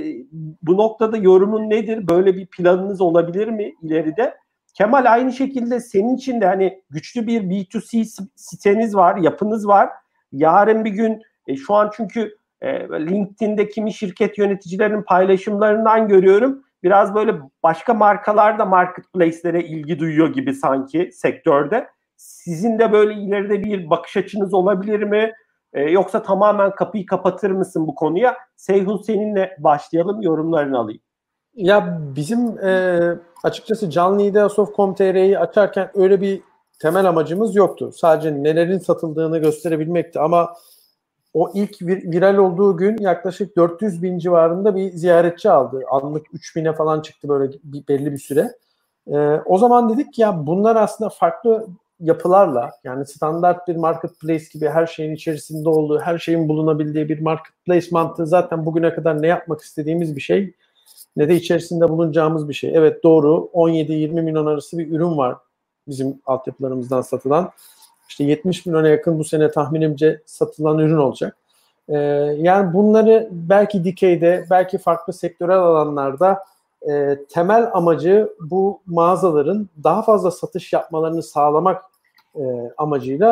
bu noktada yorumun nedir? Böyle bir planınız olabilir mi ileride? Kemal, aynı şekilde senin için de hani güçlü bir B iki C siteniz var, yapınız var. Yarın bir gün e, şu an çünkü e, LinkedIn'de kimi şirket yöneticilerinin paylaşımlarından görüyorum. Biraz böyle başka markalar da marketplace'lere ilgi duyuyor gibi sanki sektörde. Sizin de böyle ileride bir bakış açınız olabilir mi? E, yoksa tamamen kapıyı kapatır mısın bu konuya? Seyhun, seninle başlayalım, yorumlarını alayım. Ya bizim e, açıkçası canlı ideasoft nokta com nokta t r'yi açarken öyle bir temel amacımız yoktu. Sadece nelerin satıldığını gösterebilmekti ama o ilk vir, viral olduğu gün yaklaşık dört yüz bin civarında bir ziyaretçi aldı. Anlık üç bine falan çıktı böyle bir, belli bir süre. E, o zaman dedik ya, bunlar aslında farklı yapılarla, yani standart bir marketplace gibi her şeyin içerisinde olduğu, her şeyin bulunabildiği bir marketplace mantığı zaten bugüne kadar ne yapmak istediğimiz bir şey, ne de içerisinde bulunacağımız bir şey. Evet, doğru, on yedi yirmi milyon arası bir ürün var bizim altyapılarımızdan satılan. İşte yetmiş milyona yakın bu sene tahminimce satılan ürün olacak. Ee, yani bunları belki dikeyde, belki farklı sektörel alanlarda e, temel amacı bu mağazaların daha fazla satış yapmalarını sağlamak e, amacıyla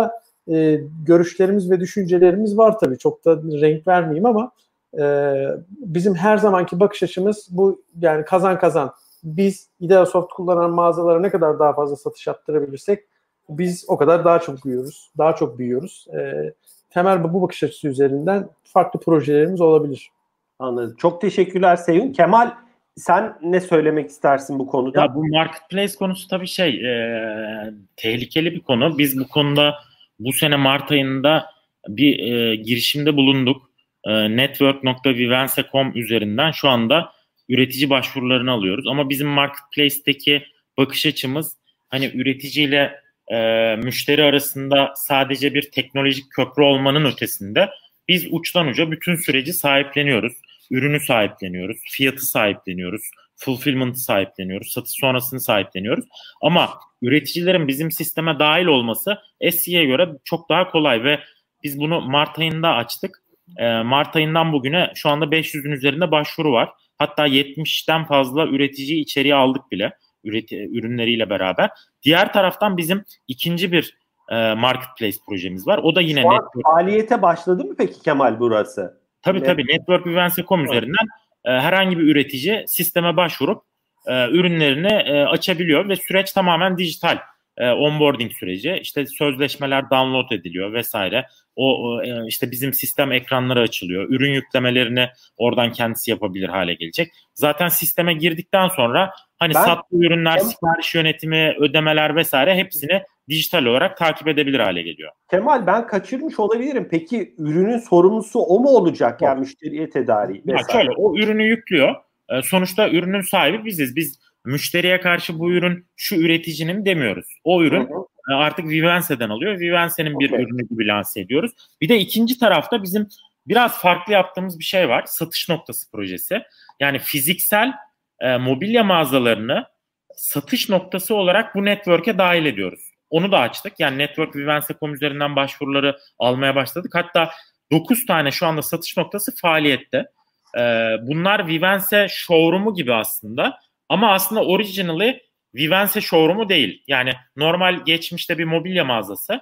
e, görüşlerimiz ve düşüncelerimiz var tabii. Çok da renk vermeyeyim ama e, bizim her zamanki bakış açımız bu, yani kazan kazan. Biz Ideasoft kullanan mağazalara ne kadar daha fazla satış yaptırabilirsek biz o kadar daha çok büyüyoruz. Daha çok büyüyoruz. E, temel bu bakış açısı üzerinden farklı projelerimiz olabilir. Anladım. Çok teşekkürler Seyhun. Kemal, sen ne söylemek istersin bu konuda? Ya bu marketplace konusu tabii şey e, tehlikeli bir konu. Biz bu konuda bu sene Mart ayında bir e, girişimde bulunduk. E, network nokta vivense nokta com üzerinden şu anda üretici başvurularını alıyoruz. Ama bizim marketplace'teki bakış açımız hani üreticiyle e, müşteri arasında sadece bir teknolojik köprü olmanın ötesinde biz uçtan uca bütün süreci sahipleniyoruz. Ürünü sahipleniyoruz, fiyatı sahipleniyoruz, fulfillment'ı sahipleniyoruz, satış sonrasını sahipleniyoruz. Ama üreticilerin bizim sisteme dahil olması S C'ye göre çok daha kolay ve biz bunu Mart ayında açtık. E, Mart ayından bugüne şu anda beş yüzün üzerinde başvuru var. Hatta yetmişten fazla üretici içeriye aldık bile üreti, ürünleriyle beraber. Diğer taraftan bizim ikinci bir e, marketplace projemiz var. O da yine Şu an network. Faaliyete başladı mı peki Kemal burası? Tabii Evet. tabii network vivense nokta com evet. üzerinden e, herhangi bir üretici sisteme başvurup e, ürünlerini e, açabiliyor ve süreç tamamen dijital. E, onboarding süreci, işte sözleşmeler download ediliyor vesaire. O, o e, işte bizim sistem ekranları açılıyor. Ürün yüklemelerini oradan kendisi yapabilir hale gelecek. Zaten sisteme girdikten sonra hani ben, sattığı ürünler, Kemal, sipariş yönetimi, ödemeler vesaire hepsini dijital olarak takip edebilir hale geliyor. Kemal, ben kaçırmış olabilirim. Peki ürünün sorumlusu o mu olacak? Yani müşteriye tedariği vesaire. Ya şöyle, o ürünü yüklüyor. E, sonuçta ürünün sahibi biziz. Biz müşteriye karşı bu ürün şu üreticinin demiyoruz. O ürün hı hı. artık Vivense'den alıyor. Vivense'nin okay. bir ürünü gibi lanse ediyoruz. Bir de ikinci tarafta bizim biraz farklı yaptığımız bir şey var. Satış noktası projesi. Yani fiziksel e, mobilya mağazalarını satış noktası olarak bu network'e dahil ediyoruz. Onu da açtık. Yani network vivense nokta com üzerinden başvuruları almaya başladık. Hatta dokuz tane şu anda satış noktası faaliyette. E, bunlar Vivense showroom'u gibi aslında. Ama aslında originally Vivense showroom'u değil. Yani normal geçmişte bir mobilya mağazası.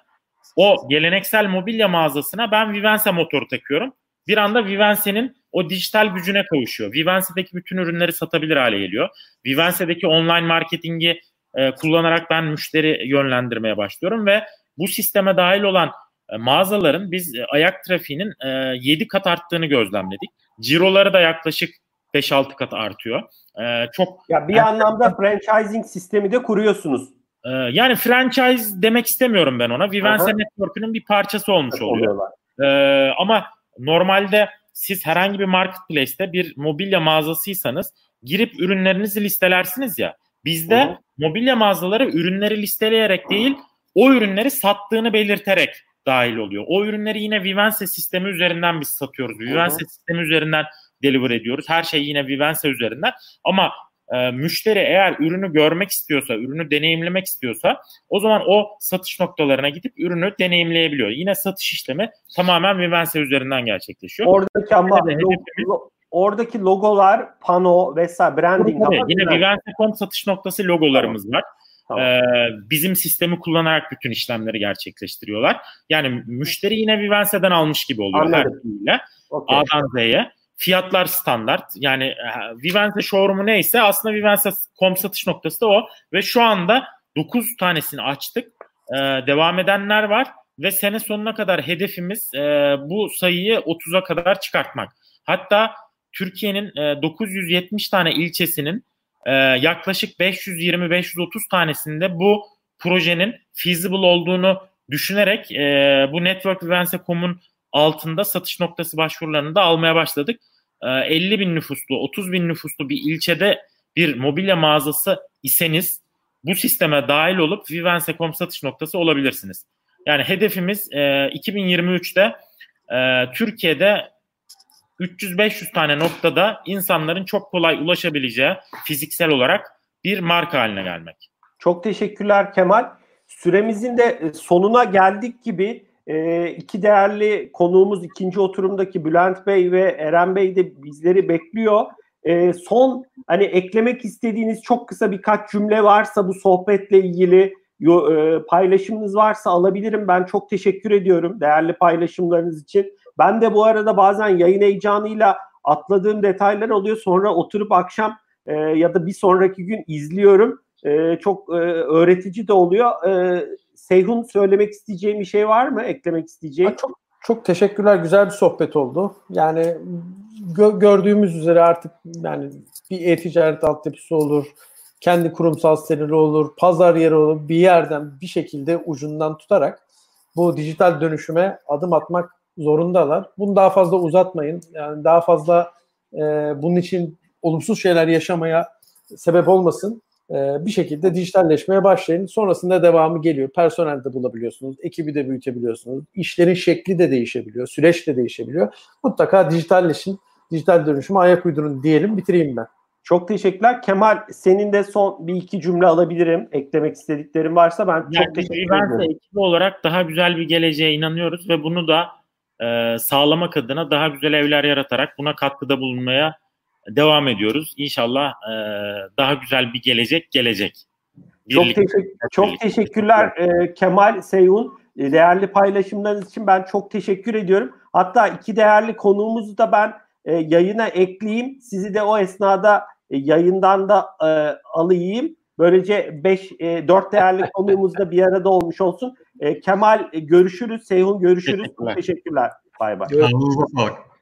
O geleneksel mobilya mağazasına ben Vivense motoru takıyorum. Bir anda Vivense'nin o dijital gücüne kavuşuyor. Vivense'deki bütün ürünleri satabilir hale geliyor. Vivense'deki online marketingi e, kullanarak ben müşteri yönlendirmeye başlıyorum ve bu sisteme dahil olan e, mağazaların biz e, ayak trafiğinin e, yedi kat arttığını gözlemledik. Ciroları da yaklaşık beş altı kat artıyor. Ee, çok ya bir anlamda yani, franchising sistemi de kuruyorsunuz. E, yani franchise demek istemiyorum ben ona. Vivense Network'ünün bir parçası olmuş evet, oluyor. E, ama normalde siz herhangi bir marketplace'te bir mobilya mağazasıysanız girip ürünlerinizi listelersiniz ya. Bizde hı-hı. mobilya mağazaları ürünleri listeleyerek değil, o ürünleri sattığını belirterek dahil oluyor. O ürünleri yine Vivense sistemi üzerinden biz satıyoruz. Vivense hı-hı. sistemi üzerinden deliver ediyoruz. Her şey yine Vivense üzerinden. Ama e, müşteri eğer ürünü görmek istiyorsa, ürünü deneyimlemek istiyorsa o zaman o satış noktalarına gidip ürünü deneyimleyebiliyor. Yine satış işlemi tamamen Vivense üzerinden gerçekleşiyor. Oradaki ama lo- oradaki logolar, pano vesaire branding ama yine Vivense nokta com satış noktası logolarımız tamam. var. Tamam. Ee, bizim sistemi kullanarak bütün işlemleri gerçekleştiriyorlar. Yani müşteri yine Vivense'den almış gibi oluyor her türlüyle. Okay. A'dan Z'ye. Fiyatlar standart. Yani Vivense showroom'u neyse aslında Vivense nokta com satış noktası da o. Ve şu anda dokuz tanesini açtık. Ee, devam edenler var. Ve sene sonuna kadar hedefimiz e, bu sayıyı otuza kadar çıkartmak. Hatta Türkiye'nin e, dokuz yüz yetmiş tane ilçesinin e, yaklaşık beş yüz yirmi beş yüz otuz tanesinde bu projenin feasible olduğunu düşünerek e, bu Network Vivense nokta com'un altında satış noktası başvurularını da almaya başladık. E, elli bin nüfuslu, otuz bin nüfuslu bir ilçede bir mobilya mağazası iseniz bu sisteme dahil olup Vivense nokta com satış noktası olabilirsiniz. Yani hedefimiz e, iki bin yirmi üçte e, Türkiye'de üç yüz beş yüz tane noktada insanların çok kolay ulaşabileceği fiziksel olarak bir marka haline gelmek. Çok teşekkürler Kemal. Süremizin de sonuna geldik gibi. E, iki değerli konuğumuz ikinci oturumdaki Bülent Bey ve Eren Bey de bizleri bekliyor. E, son hani eklemek istediğiniz çok kısa birkaç cümle varsa bu sohbetle ilgili yo, e, paylaşımınız varsa alabilirim. Ben çok teşekkür ediyorum değerli paylaşımlarınız için. Ben de bu arada bazen yayın heyecanıyla atladığım detaylar oluyor. Sonra oturup akşam e, ya da bir sonraki gün izliyorum. E, çok e, öğretici de oluyor. E, Seyhun, söylemek isteyeceğim bir şey var mı? Eklemek isteyeceğim? Çok çok teşekkürler. Güzel bir sohbet oldu. Yani gö- gördüğümüz üzere artık yani bir e-ticaret altyapısı olur, kendi kurumsal siteleri olur, pazar yeri olur. Bir yerden bir şekilde ucundan tutarak bu dijital dönüşüme adım atmak zorundalar. Bunu daha fazla uzatmayın. Yani daha fazla e, bunun için olumsuz şeyler yaşamaya sebep olmasın. Bir şekilde dijitalleşmeye başlayın. Sonrasında devamı geliyor. Personel de bulabiliyorsunuz. Ekibi de büyütebiliyorsunuz. İşlerin şekli de değişebiliyor. Süreç de değişebiliyor. Mutlaka dijitalleşin, dijital dönüşüme ayak uydurun diyelim. Bitireyim ben. Çok teşekkürler. Kemal, senin de son bir iki cümle alabilirim. Eklemek istediklerin varsa ben yani çok teşekkür ederim. Vivense ekibi olarak daha güzel bir geleceğe inanıyoruz ve bunu da e, sağlamak adına daha güzel evler yaratarak buna katkıda bulunmaya devam ediyoruz. İnşallah e, daha güzel bir gelecek gelecek. Çok, teşekkür, çok teşekkürler e, Kemal, Seyhun. E, değerli paylaşımlarınız için ben çok teşekkür ediyorum. Hatta iki değerli konuğumuzu da ben e, yayına ekleyeyim. Sizi de o esnada e, yayından da e, alayım. Böylece beş, dört değerli konuğumuz da bir arada olmuş olsun. E, Kemal e, görüşürüz. Seyhun görüşürüz. Teşekkürler. Teşekkürler. Bay bay. Sağ olun.